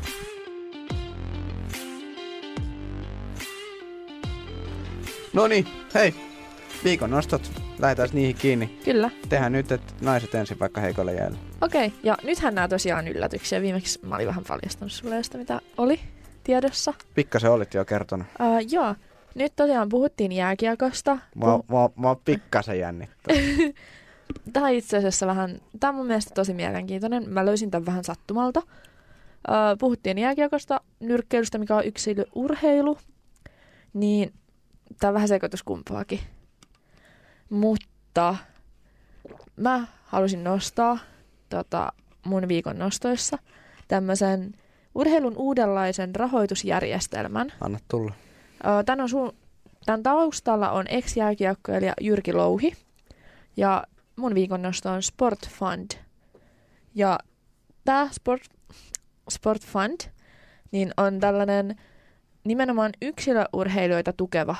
No niin, hei, viikon nostot. Lähdetään niihin kiinni. Kyllä. Tehdään nyt, että naiset ensin vaikka heikolle jäälle. Okei, ja nythän nämä tosiaan yllätyksiä. Viimeksi mä olin vähän paljastanut sulle sitä, mitä oli tiedossa. Pikkasen olit jo kertonut. Joo, nyt tosiaan puhuttiin jääkiekosta. Mä pikkasen jännittää. Tämä on itse asiassa vähän, tämä on mun mielestä tosi mielenkiintoinen. Mä löysin tämän vähän sattumalta. Puhuttiin jääkiekosta, nyrkkeilystä, mikä on yksilöurheilu. Niin tämä on vähän sekoitus kumpaakin. Mutta mä halusin nostaa mun viikon nostoissa tämmöisen urheilun uudenlaisen rahoitusjärjestelmän. Anna tulla. Tämän taustalla on ex-jääkiekkoilija Jyrki Louhi. Ja mun viikon nosto on Sport Fund. Ja tämä Sport Fund niin on tällainen nimenomaan yksilöurheilijoita tukeva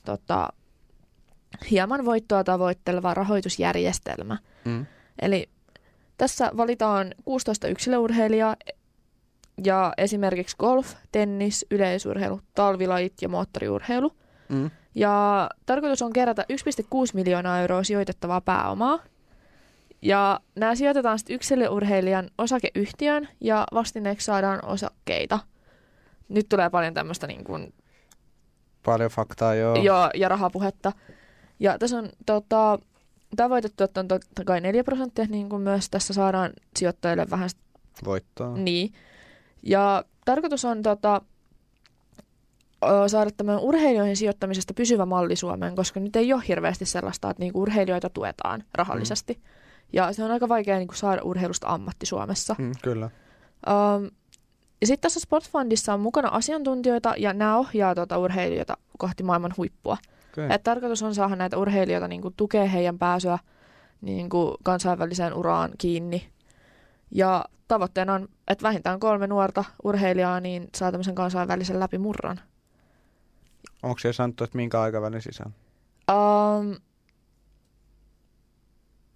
hieman voittoa tavoitteleva rahoitusjärjestelmä. Eli tässä valitaan 16 yksilöurheilijaa ja esimerkiksi golf, tennis, yleisurheilu, talvilajit ja moottoriurheilu. Ja tarkoitus on kerätä 1,6 miljoonaa euroa sijoitettavaa pääomaa. Ja nämä sijoitetaan sitten yksilöurheilijan osakeyhtiön ja vastineeksi saadaan osakkeita. Nyt tulee paljon tämmöistä niin kuin... Paljon faktaa, joo. Joo, ja rahapuhetta. Ja tässä on tavoitetuotto on totta kai 4%, niin kuin myös tässä saadaan sijoittajille vähän... Voittaa. Niin. Ja tarkoitus on saada tämän urheilijoihin sijoittamisesta pysyvä malli Suomeen, koska nyt ei ole hirveästi sellaista, että niinku urheilijoita tuetaan rahallisesti. Ja se on aika vaikea niinku saada urheilusta ammatti Suomessa. Kyllä. Ja sitten tässä Sportfundissa on mukana asiantuntijoita ja nämä ohjaa urheilijoita kohti maailman huippua. Okay. Et tarkoitus on saada näitä urheilijoita niinku tukea heidän pääsyä niinku kansainväliseen uraan kiinni. Ja tavoitteena on, että vähintään 3 nuorta urheilijaa niin saa tämmöisen kansainvälisen läpimurron. Onko se sanottu, että minkä aikavälin sisään?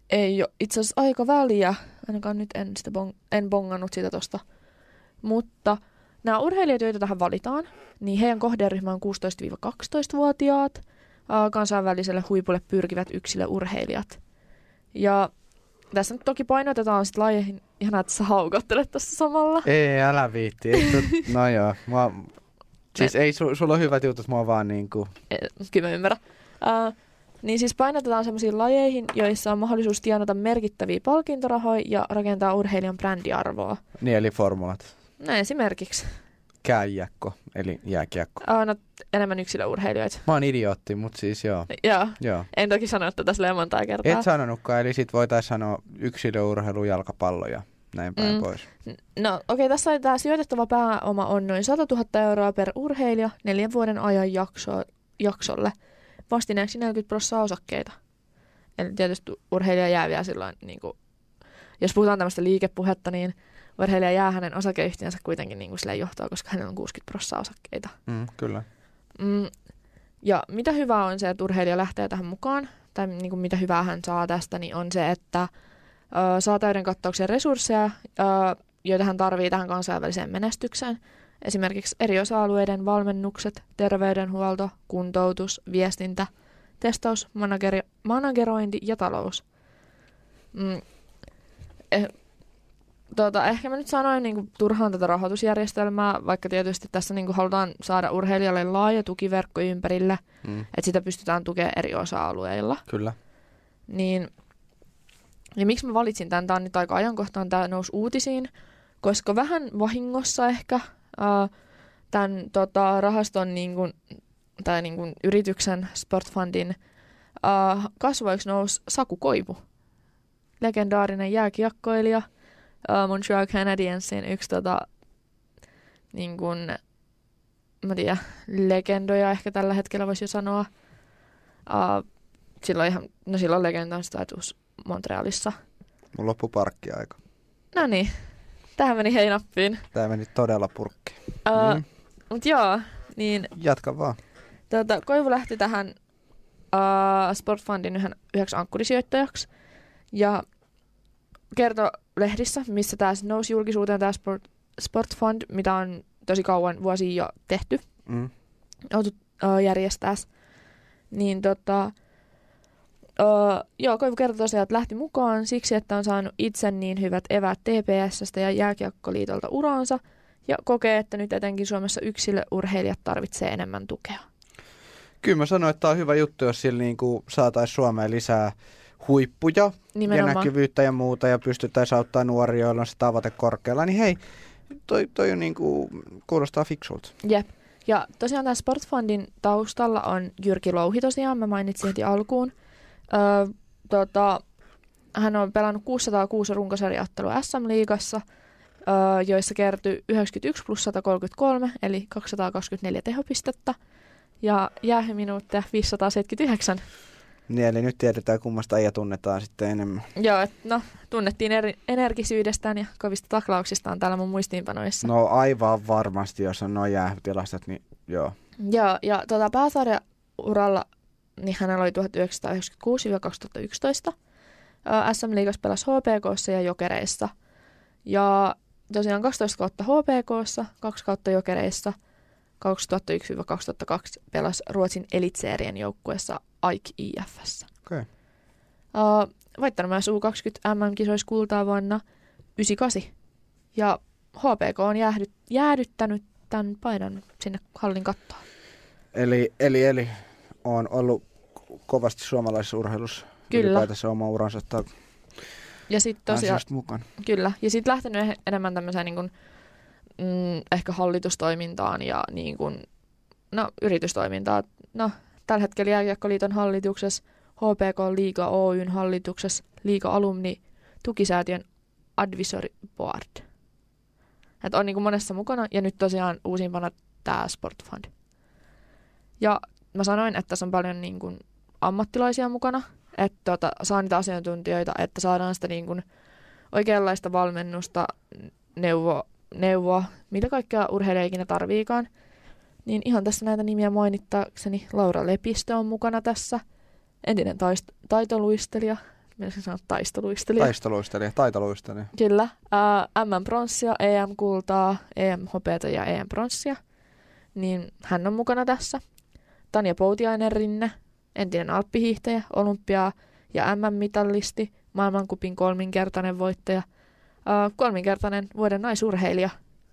ei ole itse asiassa aika väliä, ainakaan nyt en bongannut sitä tosta. Mutta nämä urheilijat, joita tähän valitaan, niin heidän kohderyhmä on 16-12-vuotiaat, kansainväliselle huipulle pyrkivät yksilöurheilijat. Ja tässä nyt toki painotetaan sit lajeihin, ihan että sä haukottelet tässä samalla. Ei, älä viitti. No joo, siis ei, sulla on hyvät jutut, mua vaan niinku... Kyllä mä ymmärrän. Niin siis painotetaan sellaisiin lajeihin, joissa on mahdollisuus tienata merkittäviä palkintorahoja ja rakentaa urheilijan brändiarvoa. Niin, eli formulat. No esimerkiksi. Kääjäkko, eli jääkiekko. No enemmän yksilöurheilijoita. Mä oon idiootti, mutta siis joo. Joo. En toki sano, että tässä montaa kertaa. Et sanonutkaan, eli sit voitaisiin sanoa yksilöurheilu, jalkapallo ja näin päin pois. No okei, tässä tämä sijoitettava pääoma on noin 100 000 euroa per urheilija 4 vuoden ajan jaksolle. Vastineeksi 40% osakkeita. Eli tietysti urheilija jää vielä silloin, niin kuin, jos puhutaan tämmöistä liikepuhetta, niin urheilija jää hänen osakeyhtiönsä kuitenkin niin kuin silleen johtoon, koska hänellä on 60% osakkeita. Kyllä. Ja mitä hyvää on se, että urheilija lähtee tähän mukaan, tai niin kuin mitä hyvää hän saa tästä, niin on se, että saa täyden kattauksen resursseja, joita hän tarvitsee tähän kansainväliseen menestykseen. Esimerkiksi eri osa-alueiden valmennukset, terveydenhuolto, kuntoutus, viestintä, testaus, managerointi ja talous. Ehkä mä nyt sanoin niin kuin turhaan tätä rahoitusjärjestelmää, vaikka tietysti tässä niin kuin halutaan saada urheilijalle laaja tukiverkko ympärille, että sitä pystytään tukemaan eri osa-alueilla. Kyllä. Ja miksi mä valitsin tämän? Tämä on nyt aika ajankohtaan, tämä nousi uutisiin, koska vähän vahingossa ehkä tämän rahaston tai yrityksen Sportfundin kasvoiksi nousi Saku Koivu, legendaarinen jääkiekkoilija, Montreal Canadiensin yksi mä tiedän, legendoja ehkä tällä hetkellä voisi jo sanoa. Silloin legendan status Montrealissa. Mun loppu parkkiaika. No niin, tähän meni heinappiin. Tää meni todella purkkiin. Mut joo, niin... Jatka vaan. Koivu lähti tähän Sportfundin yhdeksi ankkurisijoittajaksi. Ja kertoi lehdissä, missä tämä nousi julkisuuteen, tämä Sportfund, mitä on tosi kauan vuosia jo tehty. Oltu järjestää. Niin Koivu kertoi tosiaan, että lähti mukaan siksi, että on saanut itse niin hyvät eväät TPS:stä ja Jääkiekkoliitolta uraansa ja kokee, että nyt etenkin Suomessa yksilöurheilijat tarvitsee enemmän tukea. Kyllä mä sanoin, että tämä on hyvä juttu, jos sillä niinku saataisiin Suomeen lisää huippuja ja näkyvyyttä ja muuta ja pystyttäisiin auttamaan nuoria, joilla on se tavoite korkealla, niin hei, toi on niinku, kuulostaa fiksulta. Jep. Ja tosiaan tämän Sportfundin taustalla on Jyrki Louhi tosiaan, mä mainitsin heti alkuun. Hän on pelannut 606 runkosarjaottelua SM-liigassa, joissa kertyi 91 plus 133, eli 224 tehopistettä, ja jäähyminuutteja 579. Niin, eli nyt tiedetään, kummasta äijä tunnetaan sitten enemmän. Joo, tunnettiin energisyydestään ja kovista taklauksistaan täällä mun muistiinpanoissa. No aivan varmasti, jos on noin jäähytilastot, niin joo. Joo, ja pääsarjauralla niin hänellä oli 1996-2011. SM-liigassa pelasi HPK:ssa ja Jokereissa. Ja tosiaan 12 kautta HPK:ssa, 2 kautta Jokereissa, 2001-2002 pelasi Ruotsin Elitserien joukkueessa AIK IF:ssä. Okay. Voittanut myös U20 MM-kisoissa kultaa vuonna 1998. Ja HPK on jäädyttänyt tämän painon sinne hallin kattoon. Eli on ollut kovasti suomalaisessa urheilussa. Kyllä. Ylipäätänsä oma uransa ja sitten tosiaan mukana. Kyllä. Ja sitten lähtenyt enemmän tämmöiseen niin kuin, ehkä hallitustoimintaan ja niin kuin, yritystoimintaan. Tällä hetkellä Jääkiekkoliiton hallituksessa, HPK Liiga Oyn hallituksessa, Liiga Alumni tukisäätiön Advisory Board. Että on niin kuin monessa mukana ja nyt tosiaan uusimpana tämä Sportfund. Ja mä sanoin, että tässä on paljon niin kuin ammattilaisia mukana, että saa niitä asiantuntijoita, että saadaan sitä niin kuin oikeanlaista valmennusta, neuvoa, mitä kaikkea urheilija ikinä tarviikaan. Niin ihan tässä näitä nimiä mainittaakseni, Laura Lepistö on mukana tässä, entinen taitoluistelija, Mielestäni sanoa taisteluistelija. Taisteluistelija, taitoluistelija. Kyllä. MM-pronssia, EM-kultaa, EM-hopeata ja EM-pronssia. Niin hän on mukana tässä. Tanja Poutiainen-Rinne, entinen alppihiihtäjä, olympia- ja MM-mitallisti, maailmankupin 3-kertainen voittaja, 3-kertainen vuoden naisurheilija.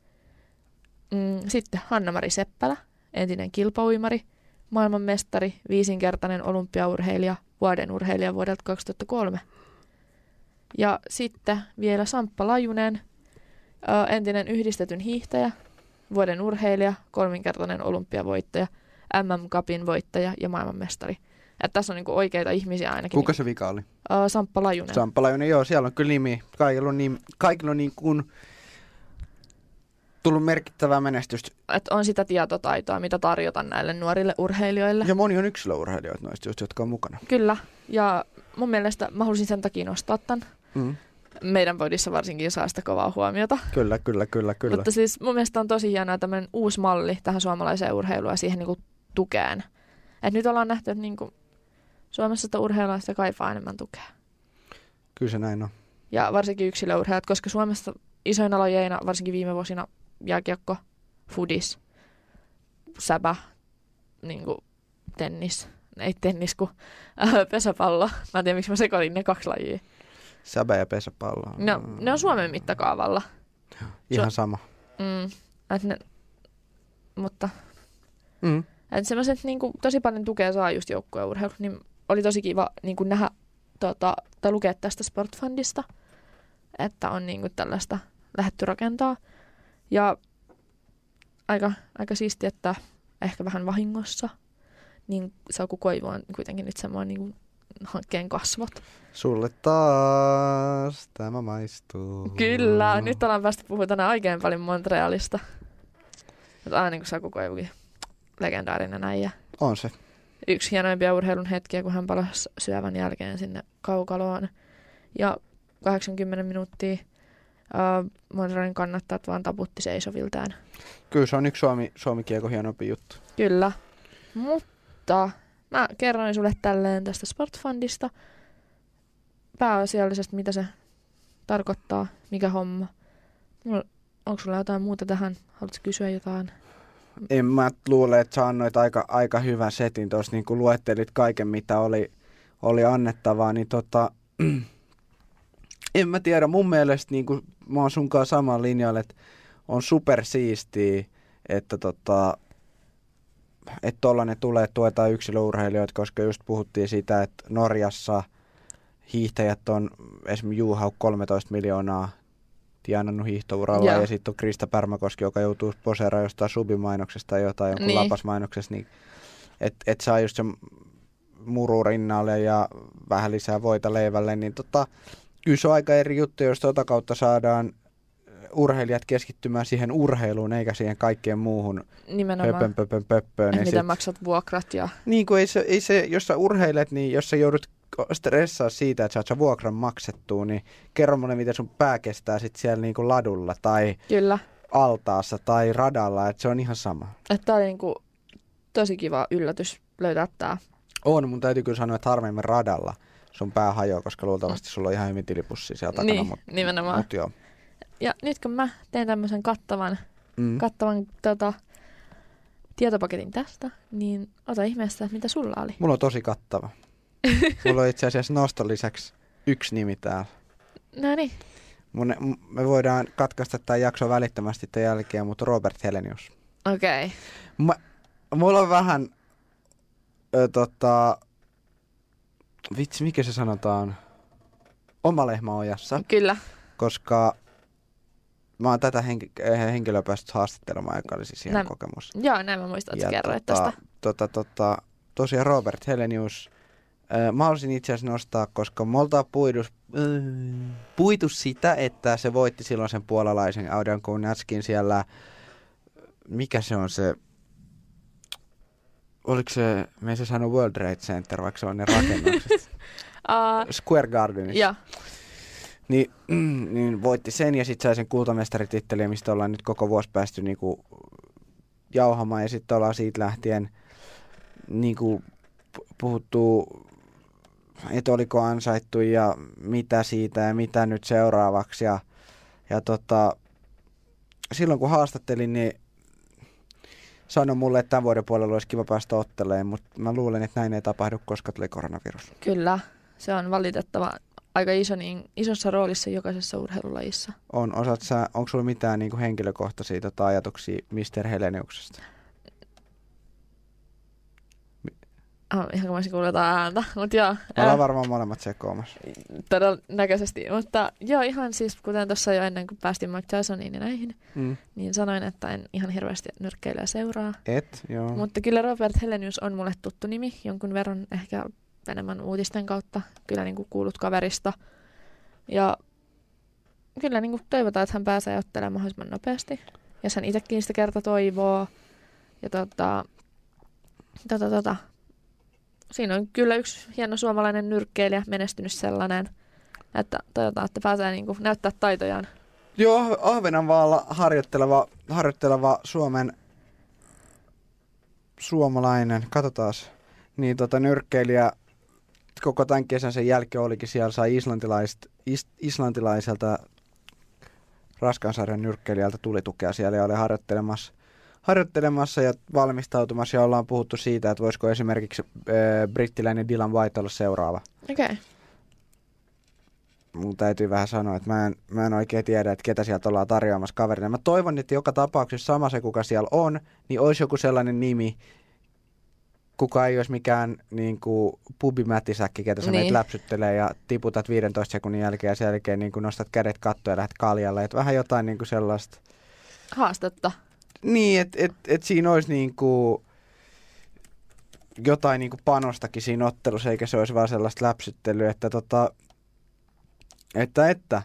Sitten Hanna-Mari Seppälä, entinen kilpauimari, maailmanmestari, 5-kertainen olympiaurheilija, vuoden urheilija vuodelta 2003. Ja sitten vielä Samppa Lajunen, entinen yhdistetyn hiihtäjä, vuoden urheilija, 3-kertainen olympiavoittaja, MM-cupin voittaja ja maailmanmestari. Että tässä on niinku oikeita ihmisiä ainakin. Kuka se vika oli? Samppa Lajunen. Samppa Lajunen, joo, siellä on kyllä nimi. Kaikilla on niin kuin tullut merkittävää menestystä. Että on sitä tietotaitoa, mitä tarjota näille nuorille urheilijoille. Ja moni on yksilöurheilijoita noista just, jotka on mukana. Kyllä, ja mun mielestä mä halusin sen takia nostaa tämän. Meidän podissa varsinkin saa sitä kovaa huomiota. Kyllä. Mutta siis mun mielestä on tosi hienoa tämmöinen uusi malli tähän suomalaiseen urheiluun ja siihen niinku tukeen. Et nyt ollaan nähty, että niinku Suomessa sitä urheilua sitä kaipaa enemmän tukea. Kyllä se näin on. Ja varsinkin yksilöurheilijat, koska Suomessa isoina lajeina, varsinkin viime vuosina, jääkiekko, fudis, säbä, niinku tennis, ei tennis kuin pesäpallo. Mä en tiedä, miksi mä sekoitin ne 2 lajia. Säbä ja pesäpallo. No, ne on Suomen mittakaavalla. Ihan sama. Mutta että sellaiset niinku, tosi paljon tukea saa just joukkueurheilu, niin oli tosi kiva niinku, nähdä tai lukea tästä Sportfundista, että on niinku, tällaista lähdetty rakentaa. Ja aika siistiä, että ehkä vähän vahingossa, niin Saku Koivu on kuitenkin nyt semmoinen niinku, hankkeen kasvot. Sulle taas tämä maistuu. Kyllä, nyt ollaan päästy puhumaan tänään oikein paljon Montrealista. Mutta aina niin kuin Saku Koivukin, legendaarinen äijä. On se. Yksi hienoimpia urheilun hetkiä, kun hän palasi syövän jälkeen sinne kaukaloon. Ja 80 minuuttia Montrealin kannattajat vaan taputti seisoviltään. Kyllä se on yksi Suomi-kiekon hienompi juttu. Kyllä, mutta mä kerroin sulle tälleen tästä Sportfundista pääasiallisesti, mitä se tarkoittaa, mikä homma. Onko sulla jotain muuta tähän? Haluatko kysyä jotain? En mä luule, että sä annoit aika hyvän setin tuossa, niin kun luettelit kaiken, mitä oli annettavaa, niin en mä tiedä, mun mielestä niin kun mä oon sunkaan saman linjalla, että on supersiistiä, että tollainen tulee tuetaan yksilöurheilijoita, koska just puhuttiin sitä, että Norjassa hiihtäjät on esimerkiksi Juhauk 13 miljoonaa tienannut hiihtouralla ja sitten on Krista Pärmäkoski, joka joutuu poseeraan jostain Subimainoksesta tai jotain jonkun lapasmainoksesta, niin et saa just se muru rinnalle ja vähän lisää voita leivälle, niin kyllä se on aika eri juttu, jos kautta saadaan urheilijat keskittymään siihen urheiluun eikä siihen kaikkeen muuhun pöppöön. Että miten maksat vuokrat ja... Niin kuin ei se, jos sä urheilet, niin jos sä joudut stressaa siitä, että saat vuokran maksettua, niin kerro mulle, miten sun pää kestää sit siellä niinku ladulla tai Kyllä. altaassa tai radalla, että se on ihan sama. Että oli niinku tosi kiva yllätys löytää tää. On, mun täytyy kyllä sanoa, että harvemmin radalla sun pää hajoaa, koska luultavasti sulla on ihan hyvin tilipussi siellä takana. Niin, nimenomaan. Mut joo. Ja nyt kun mä teen tämmöisen kattavan tietopaketin tästä, niin ota ihmeessä, mitä sulla oli. Mulla on tosi kattava. Mulla on itse asiassa noston lisäksi 1 nimi täällä. No niin. Me voidaan katkaista tämä jakso välittömästi tämän jälkeen, mutta Robert Helenius. Okei. Mulla on vähän, vitsi, mikä se sanotaan, oma lehmä ojassa. Kyllä. Koska mä oon tätä henkilöä päässyt haastattelemaan, joka oli siis hieno kokemus. Joo, näin mä muistan, että sä kerroit tästä. Tosiaan Robert Helenius. Mä haluaisin itse asiassa nostaa, koska me oltaan puitu sitä, että se voitti silloin sen puolalaisen Audian Kounyatskin siellä, mikä se on se, oliko se, me ei se sanonut World Trade Center, vaikka se on ne rakennukset, Square Gardenissa. Yeah. Niin voitti sen ja sitten sai sen kultamestaritittelin, mistä ollaan nyt koko vuosi päästy niinku jauhamaan ja sitten ollaan siitä lähtien niinku puhuttu että oliko ansaittu ja mitä siitä ja mitä nyt seuraavaksi. Ja silloin kun haastattelin, niin sanoi mulle, että tämän vuoden puolella olisi kiva päästä ottelemaan, mutta mä luulen, että näin ei tapahdu, koska tuli koronavirus. Kyllä, se on valitettava aika isossa roolissa jokaisessa urheilulajissa. Onko sulla mitään niin kuin henkilökohtaisia ajatuksia Mr. Heleniuksesta? Ihan kun mä olisin kuullut jotain ääntä, mutta joo. Me ollaan varmaan molemmat sekoamassa. Todennäköisesti, mutta joo, ihan siis kuten tuossa jo ennen kuin päästiin Mike Tysoniin ja näihin, niin sanoin, että en ihan hirveästi nyrkkeilyä seuraa. Joo. Mutta kyllä Robert Helenius on mulle tuttu nimi, jonkun verran ehkä enemmän uutisten kautta, kyllä niin kuin kuulut kaverista. Ja kyllä niin kuin toivotaan, että hän pääsee ottelemaan mahdollisimman nopeasti. Ja sen itsekin sitä kerta toivoo. Ja siinä on kyllä yksi hieno suomalainen nyrkkeilijä, menestynyt sellainen, että toivotaan, että pääsee niin kuin näyttää taitojaan. Joo, Ahvenanmaalla harjoitteleva suomalainen, katsotaan, niin nyrkkeilijä koko tämän kesän sen jälkeen olikin siellä, sai islantilaiselta raskansarjan nyrkkeilijältä tulitukea siellä ja oli harjoittelemassa ja valmistautumassa ja ollaan puhuttu siitä, että voisiko esimerkiksi brittiläinen Dylan White olla seuraava. Okei. Okay. Mun täytyy vähän sanoa, että mä en oikein tiedä, että ketä sieltä ollaan tarjoamassa kaverina. Mä toivon, että joka tapauksessa sama se, kuka siellä on, niin olisi joku sellainen nimi, kuka ei olisi mikään niin kuin pubimätisäkki, ketä sä meitä läpsyttelee ja tiputat 15 sekunnin jälkeen ja sen jälkeen niin kuin nostat kädet kattoon ja lähdet kaljalle. Että vähän jotain niin kuin sellaista haastetta. Niin, että siinä olisi niin kuin jotain niin kuin panostakin siinä ottelussa, eikä se olisi vaan sellaista läpsyttelyä, että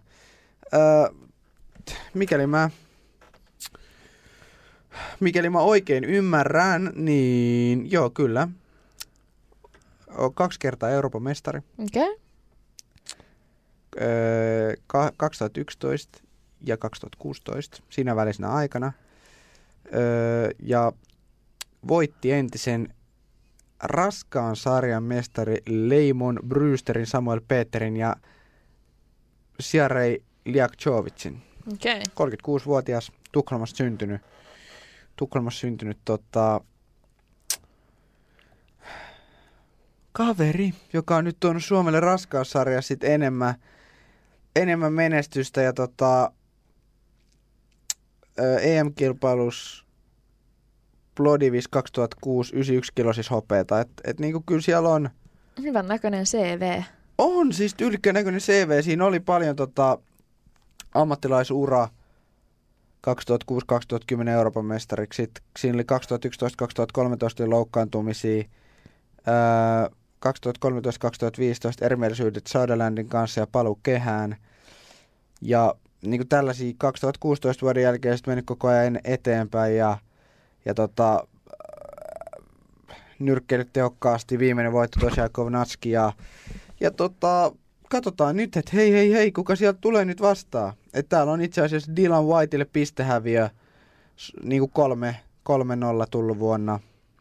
mikäli mä oikein ymmärrän, niin joo, kyllä. Olen 2 kertaa Euroopan mestari. Okei. 2011 ja 2016, siinä välisenä aikana. Ja voitti entisen raskaan sarjan mestari Leimon Brewsterin, Samuel Peterin ja Siarei Liakchovicin. Okay. 36-vuotias, Tukholmassa syntynyt kaveri, joka on nyt tuonut Suomelle raskaussarja sit enemmän menestystä ja EM-kilpailus Plodivis 2006 91-kilosissa hopeeta. Et niinku kyllä siellä on hyvän näköinen CV. On siis tyylikkään näköinen CV. Siinä oli paljon ammattilaisura 2006-2010 Euroopan mestariksi. Sitten siinä oli 2011-2013 loukkaantumisia. 2013-2015 erimielisyydet Söderlandin kanssa ja paluu kehään. Ja niin kuin tällaisia 2016 vuoden jälkeen sitten mennyt koko ajan eteenpäin ja nyrkkeilyt tehokkaasti. Viimeinen voitto tosiaan Kovnatski ja katsotaan nyt, että hei, kuka sieltä tulee nyt vastaan. Että täällä on itse asiassa Dylan Whiteille pistehäviö niin kuin 3-0 tullut vuonna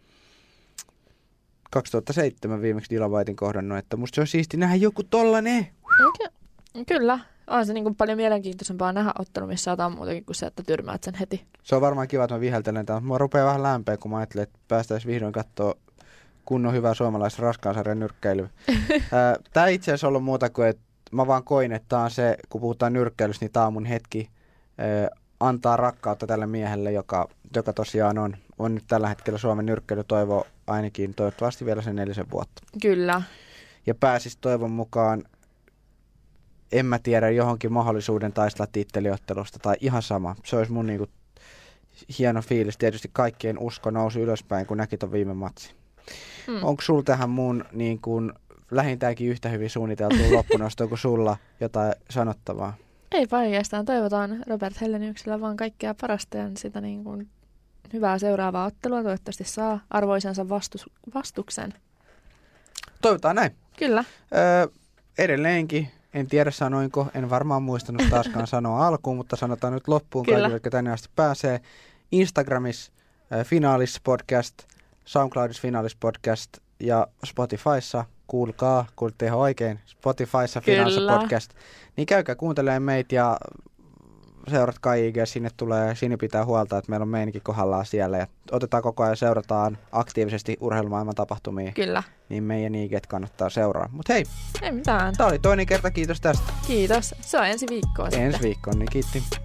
2007 viimeksi Dylan Whitein kohdannut, että musta se on siisti nähdä joku tollanen. Kyllä, on se niin kuin paljon mielenkiintoisempaa nähdä ottelu, missä jotain muutakin kuin se, että tyrmäät sen heti. Se on varmaan kiva, että mä viheltelen tämän, mutta mua rupeaa vähän lämpeä, kun mä ajattelen, että päästäisiin vihdoin katsoa kunnon hyvää suomalaista raskaansarjan nyrkkeilyä. Tää itse asiassa on ollut muuta kuin, että mä vaan koin, että tää on se, kun puhutaan nyrkkeilystä, niin tää on mun hetki antaa rakkautta tälle miehelle, joka tosiaan on nyt tällä hetkellä Suomen nyrkkeilytoivo ainakin toivottavasti vielä sen 4 vuotta. Kyllä. Ja pääsisi toivon mukaan, en mä tiedä, johonkin mahdollisuuden taistella titteliottelusta tai ihan sama. Se olisi mun niinku hieno fiilis. Tietysti kaikkien usko nousi ylöspäin, kun näki ton viime matsin. Onko sulla tähän mun niin kuin lähintäänkin yhtä hyvin suunniteltu loppunosto kuin sulla jotain sanottavaa? Ei oikeastaan. Toivotaan Robert Heleniuksella vaan kaikkea parasta ja sitä niin kuin hyvää seuraavaa ottelua. Toivottavasti saa arvoisensa vastuksen. Toivotaan näin. Kyllä. Edelleenkin, en tiedä sanoinko, en varmaan muistanut taaskaan sanoa alkuun, mutta sanotaan nyt loppuun kaikille, jotka tänne asti pääsee. Instagramissa Finaalis podcast, SoundCloudissa Finaalis podcast ja Spotifyssa kuulitte ihan oikein, Spotifyssa Kyllä. Finanssa Podcast. Niin käykää kuuntelemaan meitä ja seuratkaa IG, sinne pitää huolta, että meillä on meininki kohdallaan siellä. Ja otetaan koko ajan, seurataan aktiivisesti urheilumaailman tapahtumia. Kyllä. Niin meidän IGt kannattaa seuraa. Mut hei, Ei mitään. tää oli toinen kerta, kiitos tästä. Kiitos. Se on ensi viikkoon Ensi viikkoon, niin kiitti.